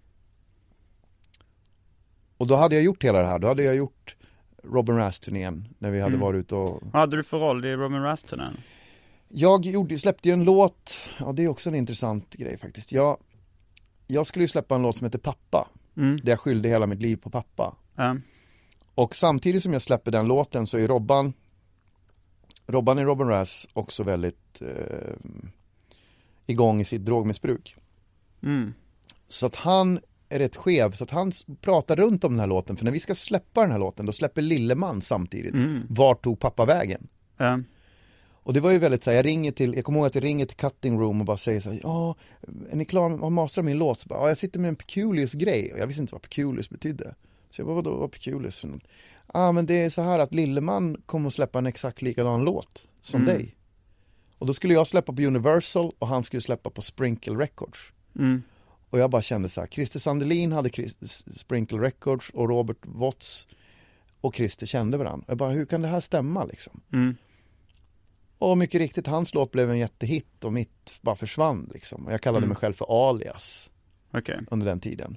Och då hade jag gjort hela det här. Då hade jag gjort Robin Rass-turnén när vi hade mm. varit ute och... Vad hade du för roll i Robin Rass-turnén? Jag gjorde, släppte ju en låt. Ja, det är också en intressant grej faktiskt. Jag, jag skulle ju släppa en låt som heter Pappa. Mm. Där jag skyllde hela mitt liv på pappa. Mm. Och samtidigt som jag släpper den låten så är Robban Robban i Robin Rass också väldigt eh, igång i sitt drogmissbruk. Mm. Så att han är rätt skev, så att han pratar runt om den här låten. För när vi ska släppa den här låten, då släpper Lilleman samtidigt. Mm. Vart tog pappa vägen? Mm. Och det var ju väldigt så här, jag ringer till, jag kommer ihåg att jag ringer till Cutting Room och bara säger så här: ja, är ni klara med att mastra min låt? Så bara, ja, jag sitter med en Peculius grej. Och jag visste inte vad Peculius betydde. Så jag bara, vadå, vad Peculius? Ja, ah, men det är så här att Lilleman kommer att släppa en exakt likadan låt som mm. dig. Och då skulle jag släppa på Universal och han skulle släppa på Sprinkle Records. Mm. Och jag bara kände så här, Christer Sandelin hade Christ, Sprinkle Records och Robert Watts och Christer kände varandra. Jag bara, hur kan det här stämma liksom? Mm. Och mycket riktigt, hans låt blev en jättehit och mitt bara försvann liksom. Och jag kallade mm. mig själv för alias okay. under den tiden.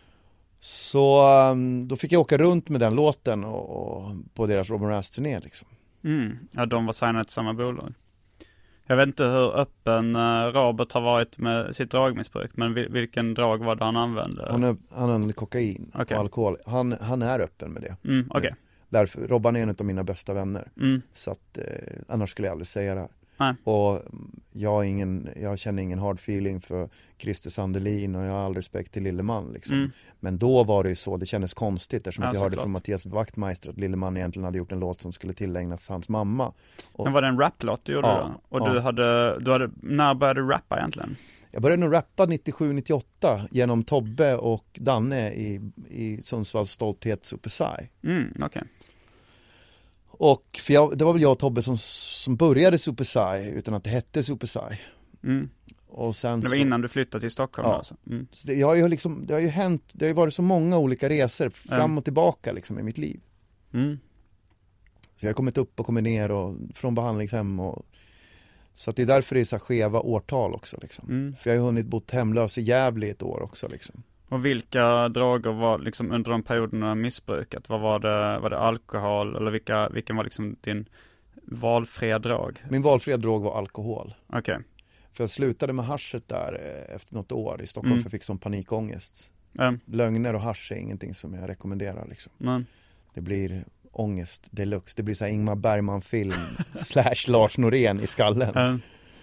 Så um, då fick jag åka runt med den låten och, och på deras Robin Rass-turné liksom. Mm. Ja, de var signade till samma bolag. Jag vet inte hur öppen uh, Robert har varit med sitt dragmissbruk, men vil- vilken drag var det han använde? Han, är, han använde kokain okay. och alkohol. Han, han är öppen med det. Mm, okay. Därför, Robban är en av mina bästa vänner. Mm. Så att, eh, annars skulle jag aldrig säga det här. Nej. Och jag, ingen, jag känner ingen hard feeling för Christer Sandelin och jag har all respekt till Lilleman liksom. Mm. Men då var det ju så, det kändes konstigt eftersom ja, att jag hörde klart. från Mattias Wachtmeister att Lilleman egentligen hade gjort en låt som skulle tillägnas hans mamma. Och, men var det en raplåt du gjorde ja, då? Och ja. du hade, du hade, när började du rappa egentligen? Jag började nog rappa nittiosju nittioåtta genom Tobbe och Danne i, i Sundsvalls Stolthet Super Psy. Mm, okej. Okay. Och för jag, det var väl jag och Tobbe som, som började Super Psy utan att det hette Super Psy. Mm. Och sen det var så, innan du flyttade till Stockholm ja. alltså. Mm. Så det, jag har ju liksom, det har ju hänt, det har ju varit så många olika resor fram mm. och tillbaka liksom i mitt liv. Mm. Så jag har kommit upp och kommit ner och från behandlingshem och så att det är därför det är så här skeva årtal också liksom. Mm. För jag har ju hunnit bott hemlös i Gävle ett år också liksom. Och vilka droger var liksom under de perioderna missbrukat? Vad var det, var det alkohol eller vilka, vilken var liksom din valfria drog? Min valfria drog var alkohol. Okej. Okay. För jag slutade med haschet där efter något år i Stockholm mm. för jag fick sån panikångest. Mm. Lögner och hasch är ingenting som jag rekommenderar liksom. Mm. Det blir ångest deluxe. Det blir så här Ingmar Bergman-film slash Lars Norén i skallen. Mm.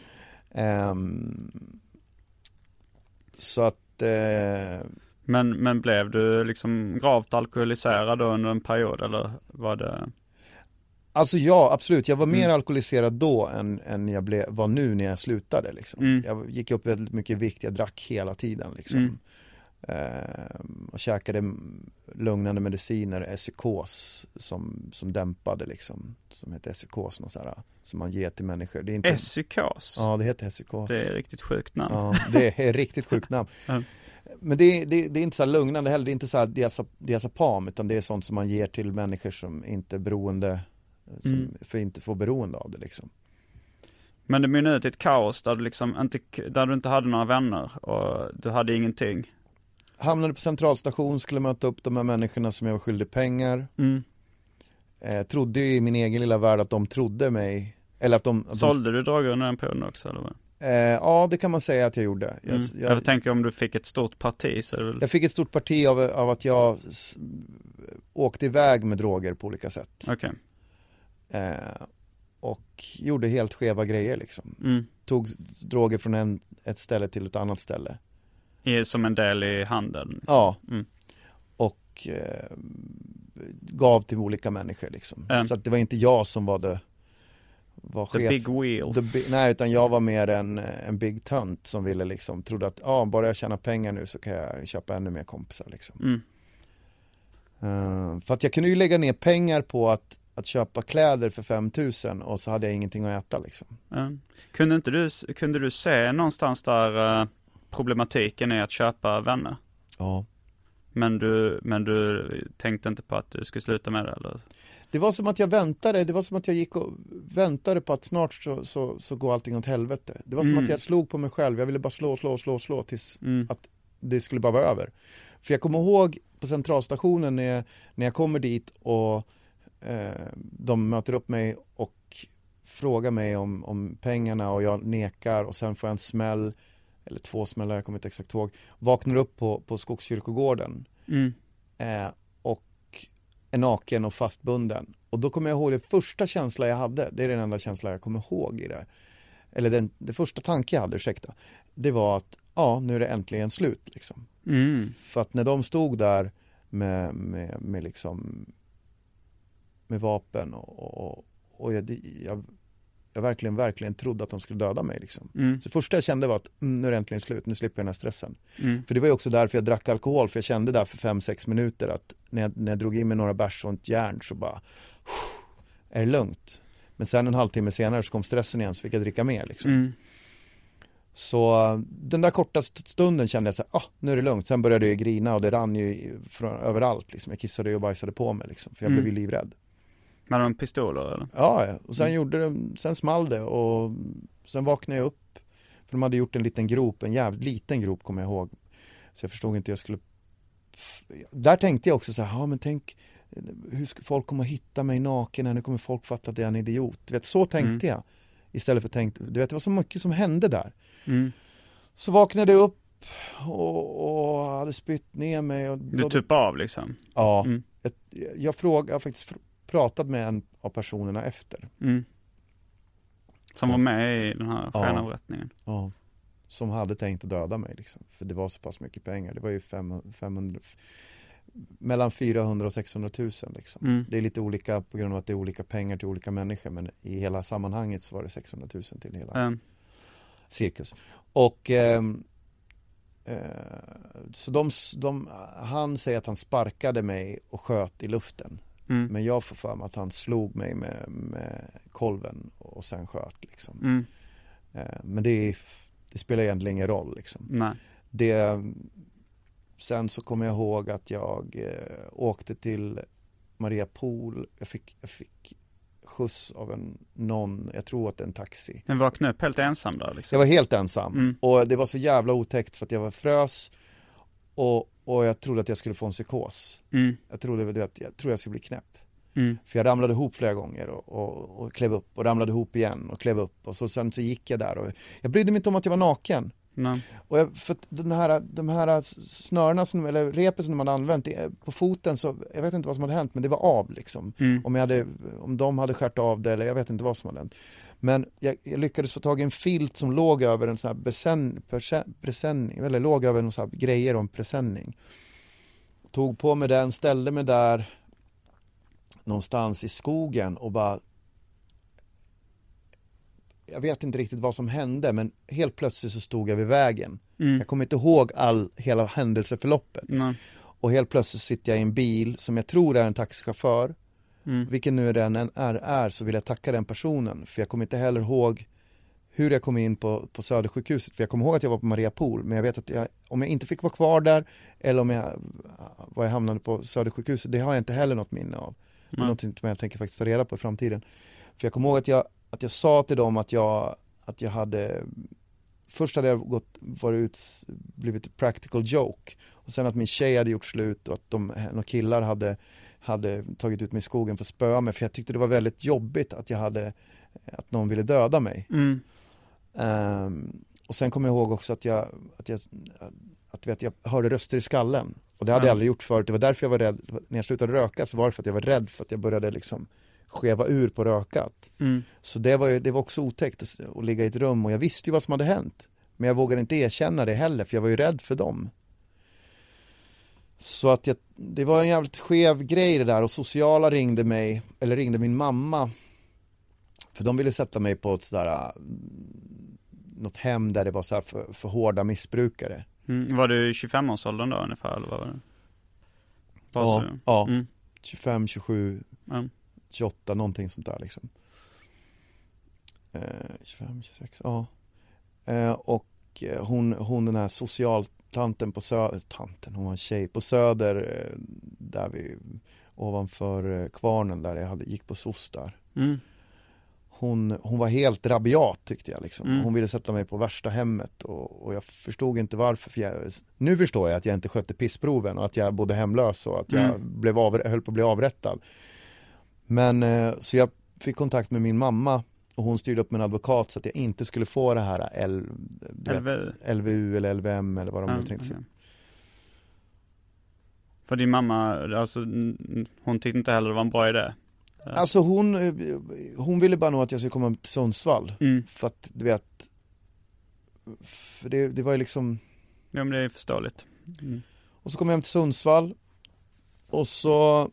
Um, så att eh, men, men blev du liksom gravt alkoholiserad då under en period eller var det? Alltså ja, absolut. Jag var mer mm. alkoholiserad då än, än jag blev, var nu när jag slutade liksom. Mm. Jag gick upp väldigt mycket vikt, jag drack hela tiden liksom. Mm. Uh, och käkade lugnande mediciner, esykos som, som dämpade liksom, som heter esykos något så här, som man ger till människor. Det är inte... Esykos? Ja, det heter esykos. Det är riktigt sjukt namn. Ja, det är riktigt sjukt namn. Mm. Men det, det, det är inte så här lugnande heller, det är inte så här diazap, diazepam, utan det är sånt som man ger till människor som inte är beroende, som mm. för inte får beroende av det liksom. Men det mynnar ut i ett kaos där du liksom inte, där du inte hade några vänner och du hade ingenting. Hamnade på centralstation, skulle möta upp de här människorna som jag var skyldig pengar. Mm. Eh, trodde i min egen lilla värld att de trodde mig. Eller att de, att sålde de... du droger under den perioden också? Eller vad? Eh, ja, det kan man säga att jag gjorde. Jag, mm. jag, jag tänker om du fick ett stort parti. Så är det väl... Jag fick ett stort parti av, av att jag s- åkte iväg med droger på olika sätt. Okay. Eh, och gjorde helt skeva grejer liksom. Mm. Tog droger från en, ett ställe till ett annat ställe. I, som en del i handeln. Liksom. Ja. Mm. Och eh, gav till olika människor liksom. Mm. Så att det var inte jag som var det var The chef. big wheel. The bi- nej, utan jag var mer en, en big tönt som ville liksom, trodde att ja, bara jag tjänar pengar nu så kan jag köpa ännu mer kompisar liksom. Mm. Uh, för att jag kunde ju lägga ner pengar på att, att köpa kläder för fem tusen och så hade jag ingenting att äta liksom. Mm. Kunde inte du, kunde du se någonstans där uh, problematiken är att köpa vänner? Ja. Men du, men du tänkte inte på att du skulle sluta med det, eller? Det var som att jag väntade, det var som att jag gick och väntade på att snart så, så, så går allting åt helvete. Det var som Mm. att jag slog på mig själv, jag ville bara slå, slå, slå, slå tills Mm. att det skulle bara vara över. För jag kommer ihåg på centralstationen när jag, när jag kommer dit och eh, de möter upp mig och frågar mig om, om pengarna och jag nekar och sen får jag en smäll, eller två smällar, jag kommer inte exakt ihåg. Vaknar upp på, på Skogskyrkogården Mm. eh, och är naken och fastbunden. Och då kommer jag ihåg det första känsla jag hade, det är den enda känsla jag kommer ihåg i det. Eller den, det första tanke jag hade, ursäkta, det var att ja, nu är det äntligen slut liksom. Mm. För att när de stod där med, med, med liksom med vapen och, och, och jag, jag, jag verkligen, verkligen trodde att de skulle döda mig liksom. Mm. Så det första jag kände var att mm, nu är det äntligen slut, nu slipper jag den här stressen. Mm. För det var ju också därför jag drack alkohol, för jag kände där för fem sex minuter att när jag, när jag drog in med några bärs och ett järn så bara är det lugnt. Men sen en halvtimme senare så kom stressen igen så fick jag dricka mer liksom. Mm. Så den där korta stunden kände jag så här, ah, nu är det lugnt. Sen började jag grina och det rann ju från överallt liksom. Jag kissade och bajsade på mig liksom, för jag Mm. blev ju livrädd. Hade de pistoler eller? Ja, ja. Och sen Mm. gjorde de, sen small det och sen vaknade jag upp. För de hade gjort en liten grop, en jävligt liten grop kommer jag ihåg. Så jag förstod inte hur jag skulle... Där tänkte jag också så här, ja men tänk, hur ska folk komma och hitta mig naken, nu kommer folk fatta att jag är en idiot. Du vet, så tänkte Mm. jag. Istället för tänkt, du vet, det var så mycket som hände där. Mm. Så vaknade jag upp och, och hade spytt ner mig. Och Du tuppade av liksom? Ja, Mm. jag, jag, frågade, jag har faktiskt pratat med en av personerna efter. Mm. Som var med i den här Ja. skenavrättningen. Ja. Som hade tänkt att döda mig liksom. För det var så pass mycket pengar. Det var ju femhundra, mellan fyrahundra och sexhundra tusen liksom. Mm. Det är lite olika på grund av att det är olika pengar till olika människor. Men i hela sammanhanget så var det sexhundra tusen till hela Mm. cirkus. Och ehm, eh, så de, de, han säger att han sparkade mig och sköt i luften. Mm. Men jag får för mig att han slog mig med, med kolven och sen sköt liksom. Mm. Eh, men det, det spelar egentligen ingen roll liksom. Nej. Det, sen så kommer jag ihåg att jag eh, åkte till Mariapol. Jag fick, jag fick skjuts av en någon, jag tror att det är en taxi. Den vaknade upp helt ensam där liksom. Jag var helt ensam. Mm. Och det var så jävla otäckt för att jag var frös. Och, och jag trodde att jag skulle få en psykos. Mm. Jag trodde det att jag tror jag skulle bli knäpp. Mm. För jag ramlade ihop flera gånger och, och, och klev upp och ramlade ihop igen och klev upp. Och så, sen så gick jag där och jag brydde mig inte om att jag var naken. Nej. Och jag, för att den här, de här snörena som, eller repet som de hade använt det, på foten, så jag vet inte vad som hade hänt, men det var av liksom. Mm. Om, jag hade, om de hade skärt av det, eller jag vet inte vad som hade hänt. Men jag, jag lyckades få tag i en filt som låg över en sån här besen, presen, presenning, eller låg över en sån här grejer om presenning. Tog på mig den, ställde mig där någonstans i skogen och bara, jag vet inte riktigt vad som hände, men helt plötsligt så stod jag vid vägen. Mm. Jag kommer inte ihåg all, hela händelseförloppet. Nej. Och helt plötsligt sitter jag i en bil som jag tror är en taxichaufför. Mm. Vilken nu den än är, är, så vill jag tacka den personen. För jag kommer inte heller ihåg hur jag kom in på, på Södersjukhuset. För jag kommer ihåg att jag var på Mariapol. Men jag vet att jag, om jag inte fick vara kvar där, eller om jag, var jag hamnade på Södersjukhuset, det har jag inte heller något minne av. Det är Mm. något som jag tänker faktiskt ta reda på i framtiden. För jag kommer ihåg att jag, att jag sa till dem att jag, att jag hade, först hade jag gått, varit ut, blivit practical joke. Och sen att min tjej hade gjort slut och att de, några killar hade, hade tagit ut mig i skogen för att spöa mig. För jag tyckte det var väldigt jobbigt att jag hade, att någon ville döda mig. Mm. Um, och sen kommer jag ihåg också att jag, att jag, att vet, jag hörde röster i skallen. Och det hade Ja. jag aldrig gjort förut. Det var därför jag var rädd. När jag slutade röka så var det för att jag var rädd för att jag började liksom skeva ur på rökat. Mm. Så det var, ju, det var också otäckt att, att ligga i ett rum, och jag visste ju vad som hade hänt. Men jag vågade inte erkänna det heller, för jag var ju rädd för dem. Så att jag, det var en jävligt skev grej det där, och sociala ringde mig, eller ringde min mamma. För de ville sätta mig på ett sådär, något hem där det var så här för, för hårda missbrukare. Mm. Var du tjugofem-årsåldern då ungefär, eller vad var det? Var Ja, så? ja. Mm. tjugofem, tjugosju, Mm. tjugoåtta, någonting sånt där liksom. Eh, tjugofem, tjugosex, ja. Eh, och hon, hon den här socialtanten på Söder, tanten, hon var en tjej på Söder, eh, där vi, ovanför eh, kvarnen där jag hade, gick på S O S där. Mm. Hon, hon var helt rabiat tyckte jag liksom. Mm. Hon ville sätta mig på värsta hemmet, och, och jag förstod inte varför. För jag, nu förstår jag att jag inte skötte pissproven, och att jag bodde hemlös, och att jag Mm. blev av, höll på att bli avrättad. Men eh, så jag fick kontakt med min mamma, och hon styrde upp med en advokat så att jag inte skulle få det här L, L V U. L V U eller L V M eller vad de Ja, nu tänkte sig. okej. För din mamma, alltså, hon tyckte inte heller det var en bra idé. Ja. Alltså hon, eh, hon ville bara nog att jag skulle komma till Sundsvall. Mm. För att du vet, för det, det var ju liksom. Ja, men det är förståeligt. Mm. Och så kom jag hem till Sundsvall, och så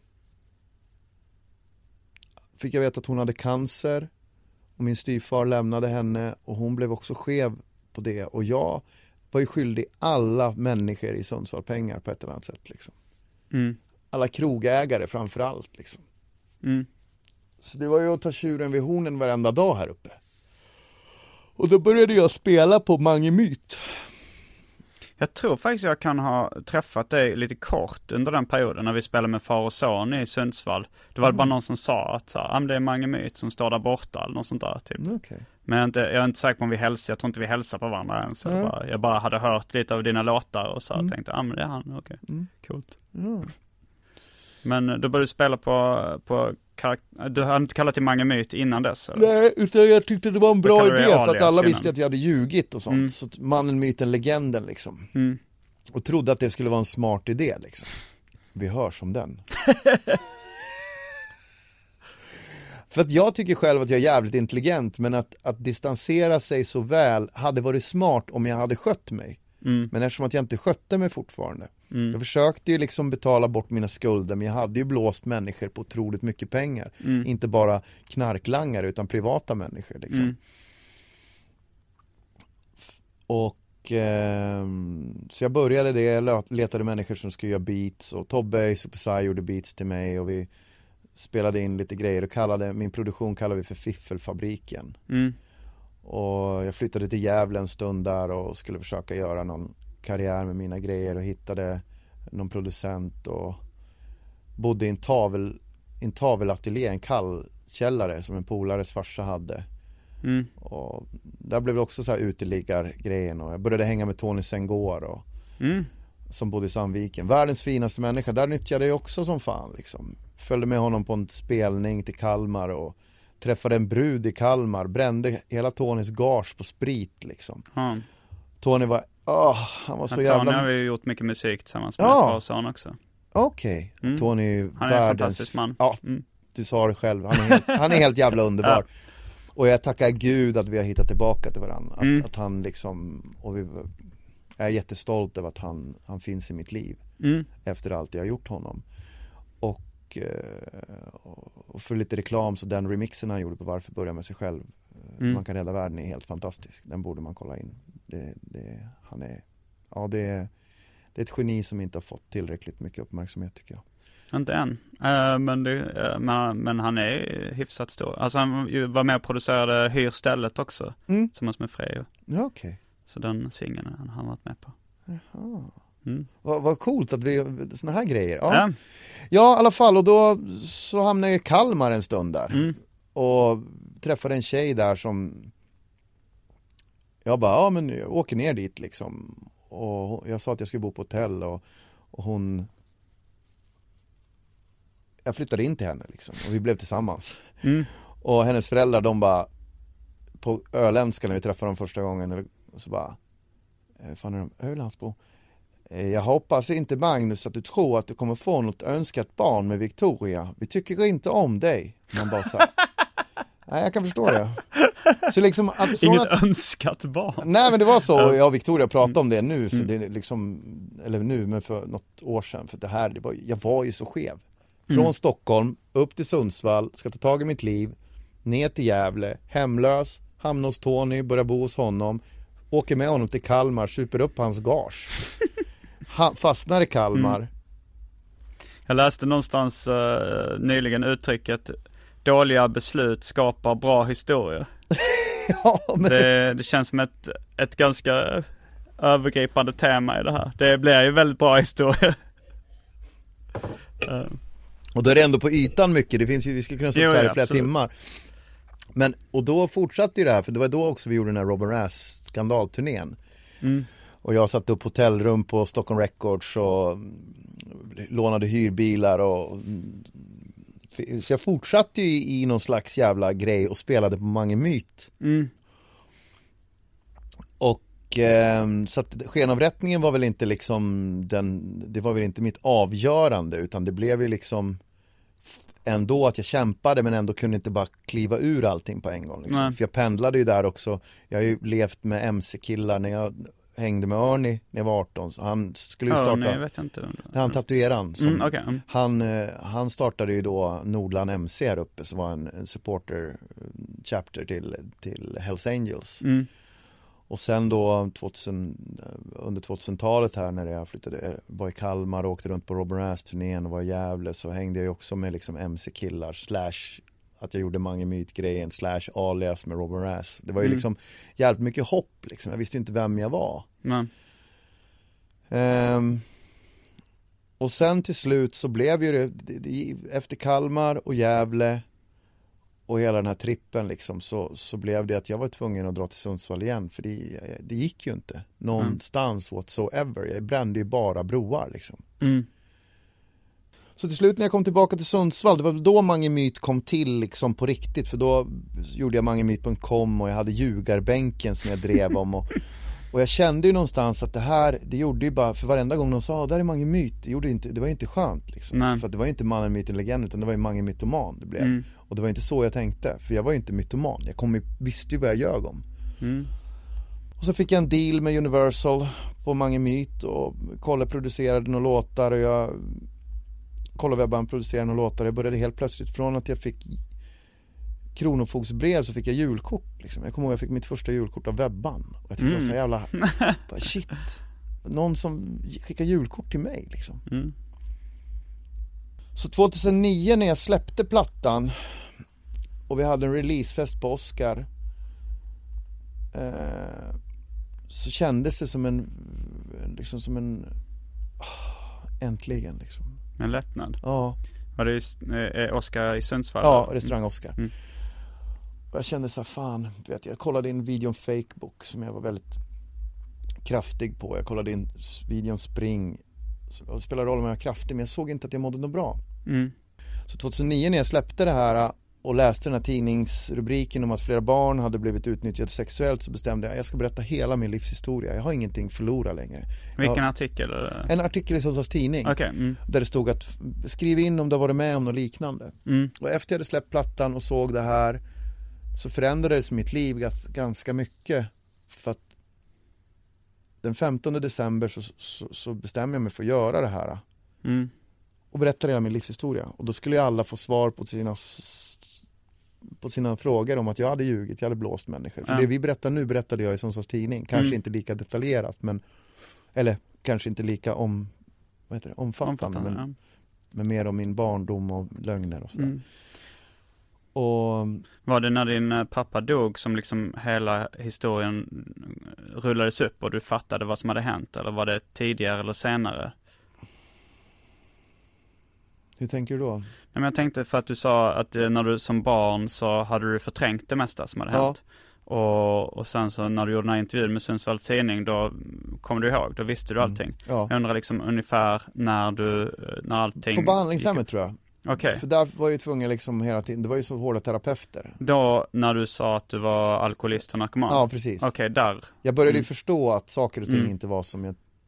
fick jag veta att hon hade cancer, och min styvfar lämnade henne, och hon blev också skev på det, och jag var ju skyldig alla människor i Sundsvall pengar på ett eller annat sätt liksom. Mm. Alla krogägare framförallt liksom. Mm. Så det var ju att ta tjuren vid hornen varenda dag här uppe. Och då började jag spela på Mange Myt. Jag tror faktiskt jag kan ha träffat dig lite kort under den perioden när vi spelade med far och son i Sundsvall. Det var mm. bara någon som sa att så här, det är Mange Myt som står där borta eller något sånt där typ. Okay. Men jag är, inte, jag är inte säker på om vi hälsar, jag tror inte vi hälsar på varandra ens. Mm. Bara, jag bara hade hört lite av dina låtar och så mm. tänkte, ja ah, men det är han, okej, okay. mm. coolt. Mm. Men då började du spela på, på karak- du hade inte kallat till Mange Myt innan dess? Eller? Nej, utan jag tyckte det var en bra idé för att alla innan. visste att jag hade ljugit och sånt. Mm. Så mannen, myten, legenden liksom. Mm. Och trodde att det skulle vara en smart idé liksom. Vi hörs om den. För att jag tycker själv att jag är jävligt intelligent, men att, att distansera sig så väl hade varit smart om jag hade skött mig. Mm. Men eftersom att jag inte skötte mig fortfarande. Mm. Jag försökte ju liksom betala bort mina skulder, men jag hade ju blåst människor på otroligt mycket pengar. Mm. Inte bara knarklangare utan privata människor liksom. Mm. Och eh, så jag började det, jag letade människor som skulle göra beats, och Tobbe Supersai gjorde beats till mig, och vi spelade in lite grejer och kallade, min produktion kallade vi för Fiffelfabriken. Mm. Och jag flyttade till Gävle en stund där och skulle försöka göra någon karriär med mina grejer, och hittade någon producent och bodde i en tavel, en tavelateljé, en kallkällare som en polares farsa hade. Mm. Och där blev det också så här uteliggar-grejen, och jag började hänga med Tony Senghor och, mm. som bodde i Sandviken. Världens finaste människa, där nyttjade jag också som fan liksom. Följde med honom på en spelning till Kalmar och träffade en brud i Kalmar, brände hela Tonys gage på sprit liksom. Ja. Tony var, åh, han var så Tony jävla... Tony har vi gjort mycket musik tillsammans med ja. far och son också. Okej, okay. Mm. Tony är han är världens... en fantastisk man. Ja, mm. du sa det själv, han är helt, han är helt jävla underbar. Ja. Och jag tackar Gud att vi har hittat tillbaka till varandra. Att, mm. att han liksom, och vi, jag är jättestolt över att han, han finns i mitt liv. Mm. Efter allt jag har gjort honom. Och och för lite reklam, så den remixen han gjorde på Varför börja med sig själv, mm. Man kan rädda världen, är helt fantastisk. Den borde man kolla in. Det, det, han är, ja, det, är, det är ett geni som inte har fått tillräckligt mycket uppmärksamhet tycker jag. Inte än, uh, men, det, uh, men, men han är hyfsat stor. Alltså han var med och producerade Hyrstället också, mm. tillsammans med Frejo. Ja, okej. Okay. Så den singeln han har varit med på. Jaha. Mm. Vad, vad coolt att vi, såna här grejer. Ja. Ja. ja, i alla fall, och då så hamnade jag i Kalmar en stund där. Mm. Och träffade en tjej där som jag bara, ja men jag åker ner dit liksom. Och jag sa att jag skulle bo på hotell, och, och hon, jag flyttade in till henne liksom, och vi blev tillsammans. Mm. Och hennes föräldrar, de bara, på öländska när vi träffade dem första gången, så bara, fan är de Ölandsbo? Jag hoppas inte, Magnus, att du tror att du kommer få något önskat barn med Victoria. Vi tycker inte om dig. Man bara så här. Nej, jag kan förstå det. Så liksom att Inget att... önskat barn. Nej, men det var så. Jag och Victoria pratade om det nu. För det liksom, eller nu, men för något år sedan. För det här, det var, jag var ju så skev. Från mm. Stockholm, upp till Sundsvall, ska ta tag i mitt liv. Ner till Gävle, hemlös, hamnar hos Tony, börjar bo hos honom. Åker med honom till Kalmar, super upp hans gage. Ha, fastnar i Kalmar. Mm. Jag läste någonstans uh, nyligen uttrycket dåliga beslut skapar bra historier. Ja, men... det, det känns som ett, ett ganska övergripande tema i det här. Det blir ju väldigt bra historier. uh. Och då är det ändå på ytan mycket. Det finns ju, vi skulle kunna sitta här i flera timmar. Men, och då fortsatte ju det här, för det var då också vi gjorde den här Robin Rass skandalturnén. Mm. Och jag satt upp hotellrum på Stockholm Records och lånade hyrbilar och så jag fortsatte ju i, i någon slags jävla grej och spelade på Mange Myt. Mm. Och eh, så att skenavrättningen var väl inte liksom den, det var väl inte mitt avgörande, utan det blev ju liksom ändå att jag kämpade, men ändå kunde inte bara kliva ur allting på en gång liksom. För jag pendlade ju där också. Jag har ju levt med M C-killar när jag hängde med Ernie när jag var arton, så han skulle ju starta. Oh, nej, vet jag inte. Han tatueran som, mm, okay. mm. han, han startade ju då Nordland M C här uppe, som var en, en supporter chapter till, till Hells Angels. Mm. Och sen då tvåtusen, under tvåtusentalet här när jag flyttade, var i Kalmar och åkte runt på Robin Rass-turnén och var i Gävle, så hängde jag ju också med liksom M C-killar slash att jag gjorde Mange Myt-grejen slash alias med Robin Rass. Det var ju mm. liksom jävligt mycket hopp liksom. Jag visste inte vem jag var. Mm. Um, och sen till slut så blev ju det, det, det efter Kalmar och Gävle och hela den här trippen liksom, så, så blev det att jag var tvungen att dra till Sundsvall igen, för det, det gick ju inte någonstans mm. whatsoever. Jag brände ju bara broar liksom. Mm. Så till slut när jag kom tillbaka till Sundsvall, det var då Mange Myt kom till liksom på riktigt, för då gjorde jag mange myt punkt com och jag hade ljugarbänken som jag drev om och, och jag kände ju någonstans att det här, det gjorde ju bara, för varenda gång de sa, där är Mange Myt, det, gjorde inte, det var inte skönt liksom. Nej. För att det var ju inte mannen, myten, legend, utan det var ju Mange Mytoman det blev. Mm. Och det var inte så jag tänkte, för jag var ju inte mytoman, jag kom, visste ju vad jag ljög om. Mm. Och så fick jag en deal med Universal på Mange Myt och Kolle producerade några låtar och jag kollade webban, producerade några låtar. Jag började helt plötsligt, från att jag fick Kronofogsbrev så fick jag julkort liksom. Jag kommer ihåg jag fick mitt första julkort av webban. Och jag tyckte mm. det var så jävla bara, shit, någon som skickar julkort till mig liksom. Mm. Så tjugohundranio när jag släppte plattan och vi hade en releasefest på Oscar, eh, så kändes det som en liksom som en oh, äntligen liksom en lättnad. Ja. Var det eh, Oscar i Sundsvall? Ja, restaurang Oscar. Mm. Och jag kände så här, fan, du vet, jag kollade in videon Fakebook som jag var väldigt kraftig på. Jag kollade in videon Spring. Det spelar roll om jag var kraftig, men jag såg inte att jag mådde något bra. Mm. Så tjugohundranio när jag släppte det här och läste den här tidningsrubriken om att flera barn hade blivit utnyttjade sexuellt, så bestämde jag att jag ska berätta hela min livshistoria. Jag har ingenting förlora längre. Vilken har... artikel? Eller? En artikel i Sundsvalls tidning. Okay. Mm. Där det stod att skriv in om du har varit med om något liknande. Mm. Och efter jag hade släppt plattan och såg det här, så förändrades mitt liv ganska mycket. För att den femtonde december så, så, så bestämde jag mig för att göra det här. Mm. Och berättade jag min livshistoria. Och då skulle ju alla få svar på sina, på sina frågor om att jag hade ljugit, jag hade blåst människor. För ja. Det vi berättar nu berättade jag i Sundsvalls tidning. Kanske mm. inte lika detaljerat, men eller kanske inte lika om, vad heter det, omfattande, omfattande men, ja. men mer om min barndom och lögner och sådär. Mm. Och var det när din pappa dog som liksom hela historien rullades upp och du fattade vad som hade hänt, eller var det tidigare eller senare? Hur tänker du då? Nej, men jag tänkte för att du sa att när du som barn så hade du förträngt det mesta som hade ja. hänt. Och, och sen så när du gjorde den här intervjun med Sundsvalls tidning, då kom du ihåg, då visste du allting. Mm. Ja. Jag undrar liksom ungefär när du, när allting... På behandlingshemmet tror jag. Okay. För där var jag ju tvungen liksom hela tiden, det var ju så hårda terapeuter. Då när du sa att du var alkoholist och narkoman? Ja, precis. Okej, okay, där. Jag började ju mm. förstå att saker och ting mm. inte var som jag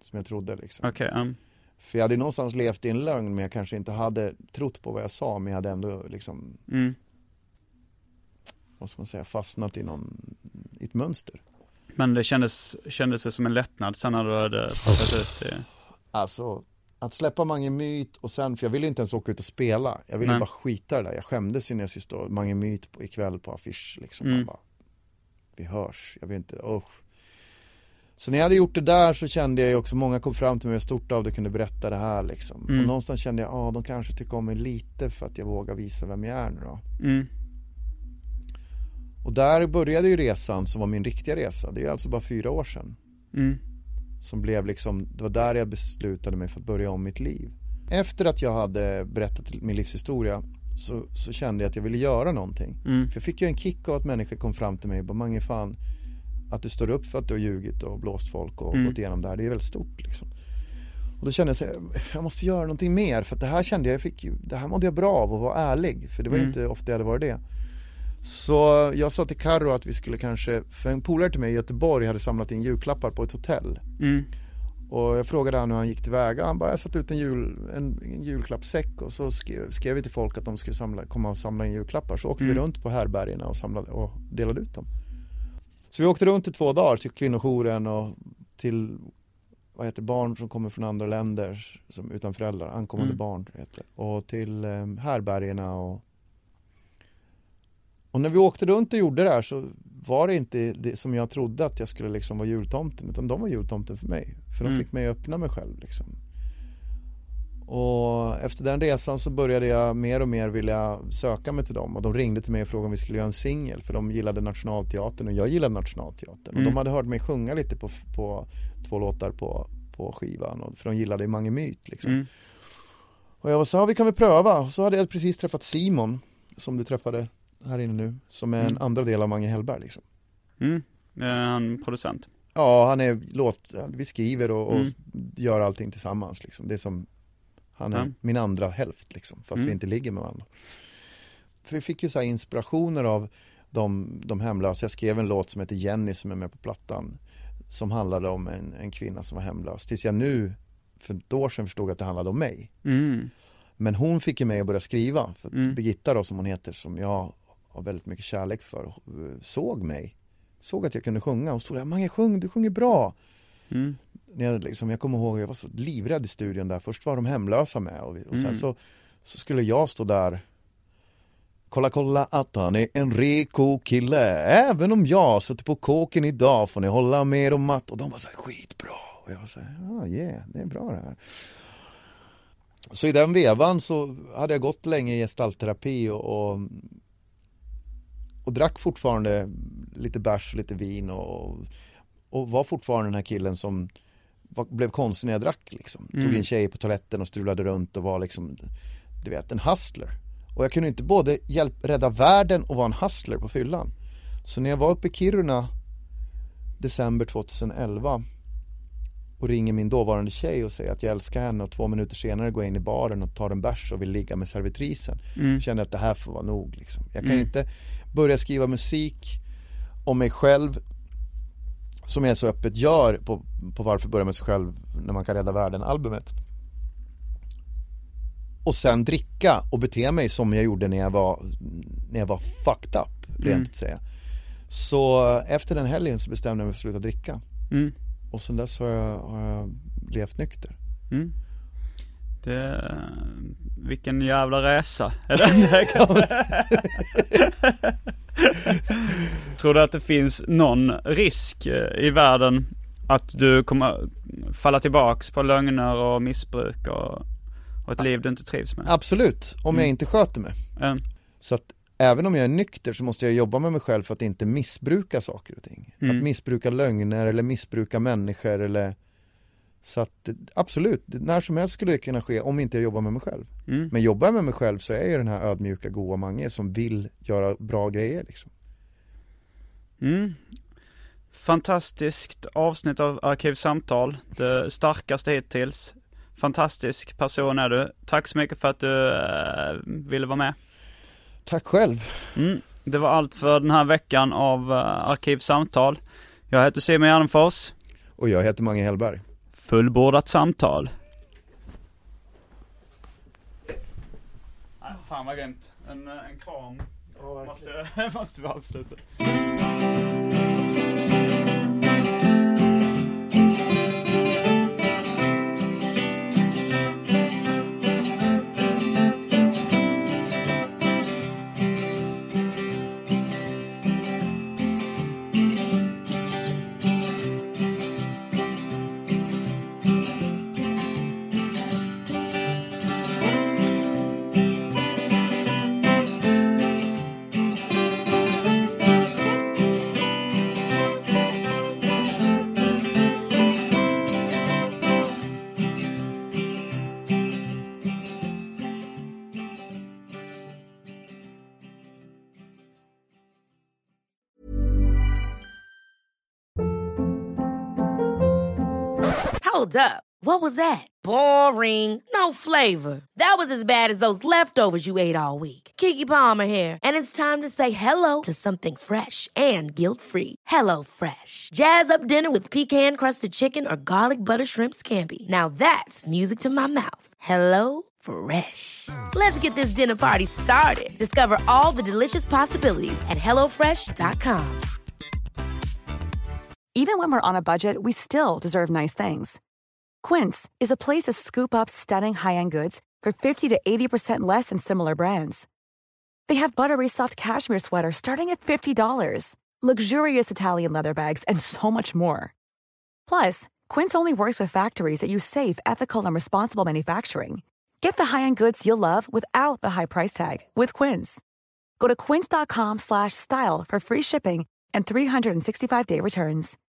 som jag trodde liksom. Okej, okay, um. För jag hade någonstans levt i en lögn, men jag kanske inte hade trott på vad jag sa, men jag hade ändå liksom mm. vad ska man säga, fastnat i någon, i ett mönster. Men det kändes, kändes det som en lättnad sen när du hade pratat ut det? Alltså, att släppa Mange Myt och sen, för jag ville inte ens åka ut och spela. Jag ville Nej. bara skita där. Jag skämdes ju när jag skulle stå Mange Myt på, ikväll på affisch. Liksom. Mm. Bara, vi hörs. Jag vill inte, oh. Så när jag hade gjort det där så kände jag ju också, många kom fram till mig och stort av det kunde berätta det här liksom. Mm. Och någonstans kände jag, ja ah, de kanske tycker om mig lite för att jag vågar visa vem jag är nu då. Mm. Och där började ju resan som var min riktiga resa. Det är alltså bara fyra år sedan. Mm. Som blev liksom, det var där jag beslutade mig för att börja om mitt liv. Efter att jag hade berättat min livshistoria så, så kände jag att jag ville göra någonting. Mm. För jag fick ju en kick av att människor kom fram till mig och bara, Mange fan, att du står upp för att du har ljugit och blåst folk och mm. gått igenom det här, det är väldigt stort liksom. Och då kände jag så här, jag måste göra någonting mer, för att det här kände jag, jag fick ju, det här mådde jag bra av att vara ärlig, för det var mm. inte ofta jag hade varit det. Så jag sa till Karo att vi skulle kanske, för en polare till mig i Göteborg hade samlat in julklappar på ett hotell. Mm. Och jag frågade han hur han gick tillväga. Han bara, jag satt ut en, jul, en, en julklappsäck och så skrev, skrev vi till folk att de skulle samla, komma och samla in julklappar. Så åkte mm. vi runt på härbergerna och, samlade, och delade ut dem. Så vi åkte runt i två dagar till kvinnojouren och till, vad heter, barn som kommer från andra länder som utan föräldrar, ankommande mm. barn heter. Och till eh, härbergerna och Och när vi åkte runt och gjorde det här så var det inte det som jag trodde att jag skulle liksom vara jultomten, utan de var jultomten för mig. För de mm. fick mig öppna mig själv liksom. Och efter den resan så började jag mer och mer vilja söka mig till dem. Och de ringde till mig och frågade om vi skulle göra en singel, för de gillade Nationalteatern och jag gillade Nationalteatern. Mm. Och de hade hört mig sjunga lite på, på två låtar på, på skivan, och, för de gillade ju Mange Myt liksom. Mm. Och jag var så här, vi kan väl pröva. Så hade jag precis träffat Simon, som du träffade här inne nu, som är en mm. andra del av Mange Hellberg liksom. Mm. Är han producent? Ja, han är låt, vi skriver och, och mm. gör allting tillsammans liksom. Det är som, han är mm. min andra hälft liksom, fast mm. vi inte ligger med varandra. För vi fick ju så här inspirationer av de, de hemlösa. Jag skrev en låt som heter Jenny som är med på plattan, som handlade om en, en kvinna som var hemlös. Tills jag nu, för ett år sedan, förstod att det handlade om mig. Mm. Men hon fick ju mig att börja skriva. För mm. Birgitta då, som hon heter, som jag har väldigt mycket kärlek för, såg mig. Såg att jag kunde sjunga. Och stod där, Mange, sjung, du sjunger bra. Mm. Jag, liksom, jag kommer ihåg, jag var så livrädd i studion där. Först var de hemlösa med. Och, och sen mm. så, så skulle jag stå där. Kolla, kolla att han är en reko kille. Även om jag suttit på kåken idag får ni hålla med om att. Och de var så här, skitbra. Och jag var så här, ja, ah, yeah, det är bra det här. Så i den vevan så hade jag gått länge i gestaltterapi och, och, och drack fortfarande lite bärs, lite vin och, och var fortfarande den här killen som var, blev konstig när jag drack liksom. Mm. Tog en tjej på toaletten och strulade runt och var liksom, du vet, en hustler. Och jag kunde inte både hjälp, rädda världen och vara en hustler på fyllan. Så när jag var uppe i Kiruna december tjugoelva och ringer min dåvarande tjej och säger att jag älskar henne, och två minuter senare går jag in i baren och tar en bärs och vill ligga med servitrisen. Mm. Känner att det här får vara nog liksom. Jag kan mm. inte börja skriva musik om mig själv som jag så öppet gör på, på Varför börja med sig själv när man kan rädda världen albumet. Och sen dricka och bete mig som jag gjorde när jag var när jag var fucked up, rent mm. att säga. Så efter den helgen så bestämde jag mig för att sluta dricka. Mm. Och sen dess har jag, har jag levt nykter. Mm. Det, vilken jävla resa är det där, kan jag säga. Tror du att det finns någon risk i världen att du kommer falla tillbaks på lögner och missbruk och, och ett liv du inte trivs med? Absolut, om mm. jag inte sköter mig. Mm. Så att även om jag är nykter så måste jag jobba med mig själv för att inte missbruka saker och ting. Mm. Att missbruka lögner eller missbruka människor eller... Så att absolut, när som helst skulle det kunna ske om inte jag jobbar med mig själv. Mm. Men jobbar jag med mig själv så är jag den här ödmjuka, goa Mange som vill göra bra grejer liksom. Mm. Fantastiskt avsnitt av Arkivsamtal. Det starkaste hittills. Fantastisk person är du. Tack så mycket för att du äh, ville vara med. Tack själv. Mm. Det var allt för den här veckan av uh, Arkivsamtal. Jag heter Simon Gärdenfors. Och jag heter Mange Hellberg. fullbordat samtal. Nej, fan vad grymt. En, en kram. Oh, måste, måste vi avsluta. Hold up. What was that? Boring. No flavor. That was as bad as those leftovers you ate all week. Keke Palmer here, and it's time to say hello to something fresh and guilt-free. Hello Fresh. Jazz up dinner with pecan-crusted chicken or garlic butter shrimp scampi. Now that's music to my mouth. Hello Fresh. Let's get this dinner party started. Discover all the delicious possibilities at hello fresh dot com. Even when we're on a budget, we still deserve nice things. Quince is a place to scoop up stunning high-end goods for fifty to eighty percent less than similar brands. They have buttery soft cashmere sweaters starting at fifty dollars, luxurious Italian leather bags, and so much more. Plus, Quince only works with factories that use safe, ethical, and responsible manufacturing. Get the high-end goods you'll love without the high price tag with Quince. Go to quince dot com slash style for free shipping and three hundred sixty-five day returns.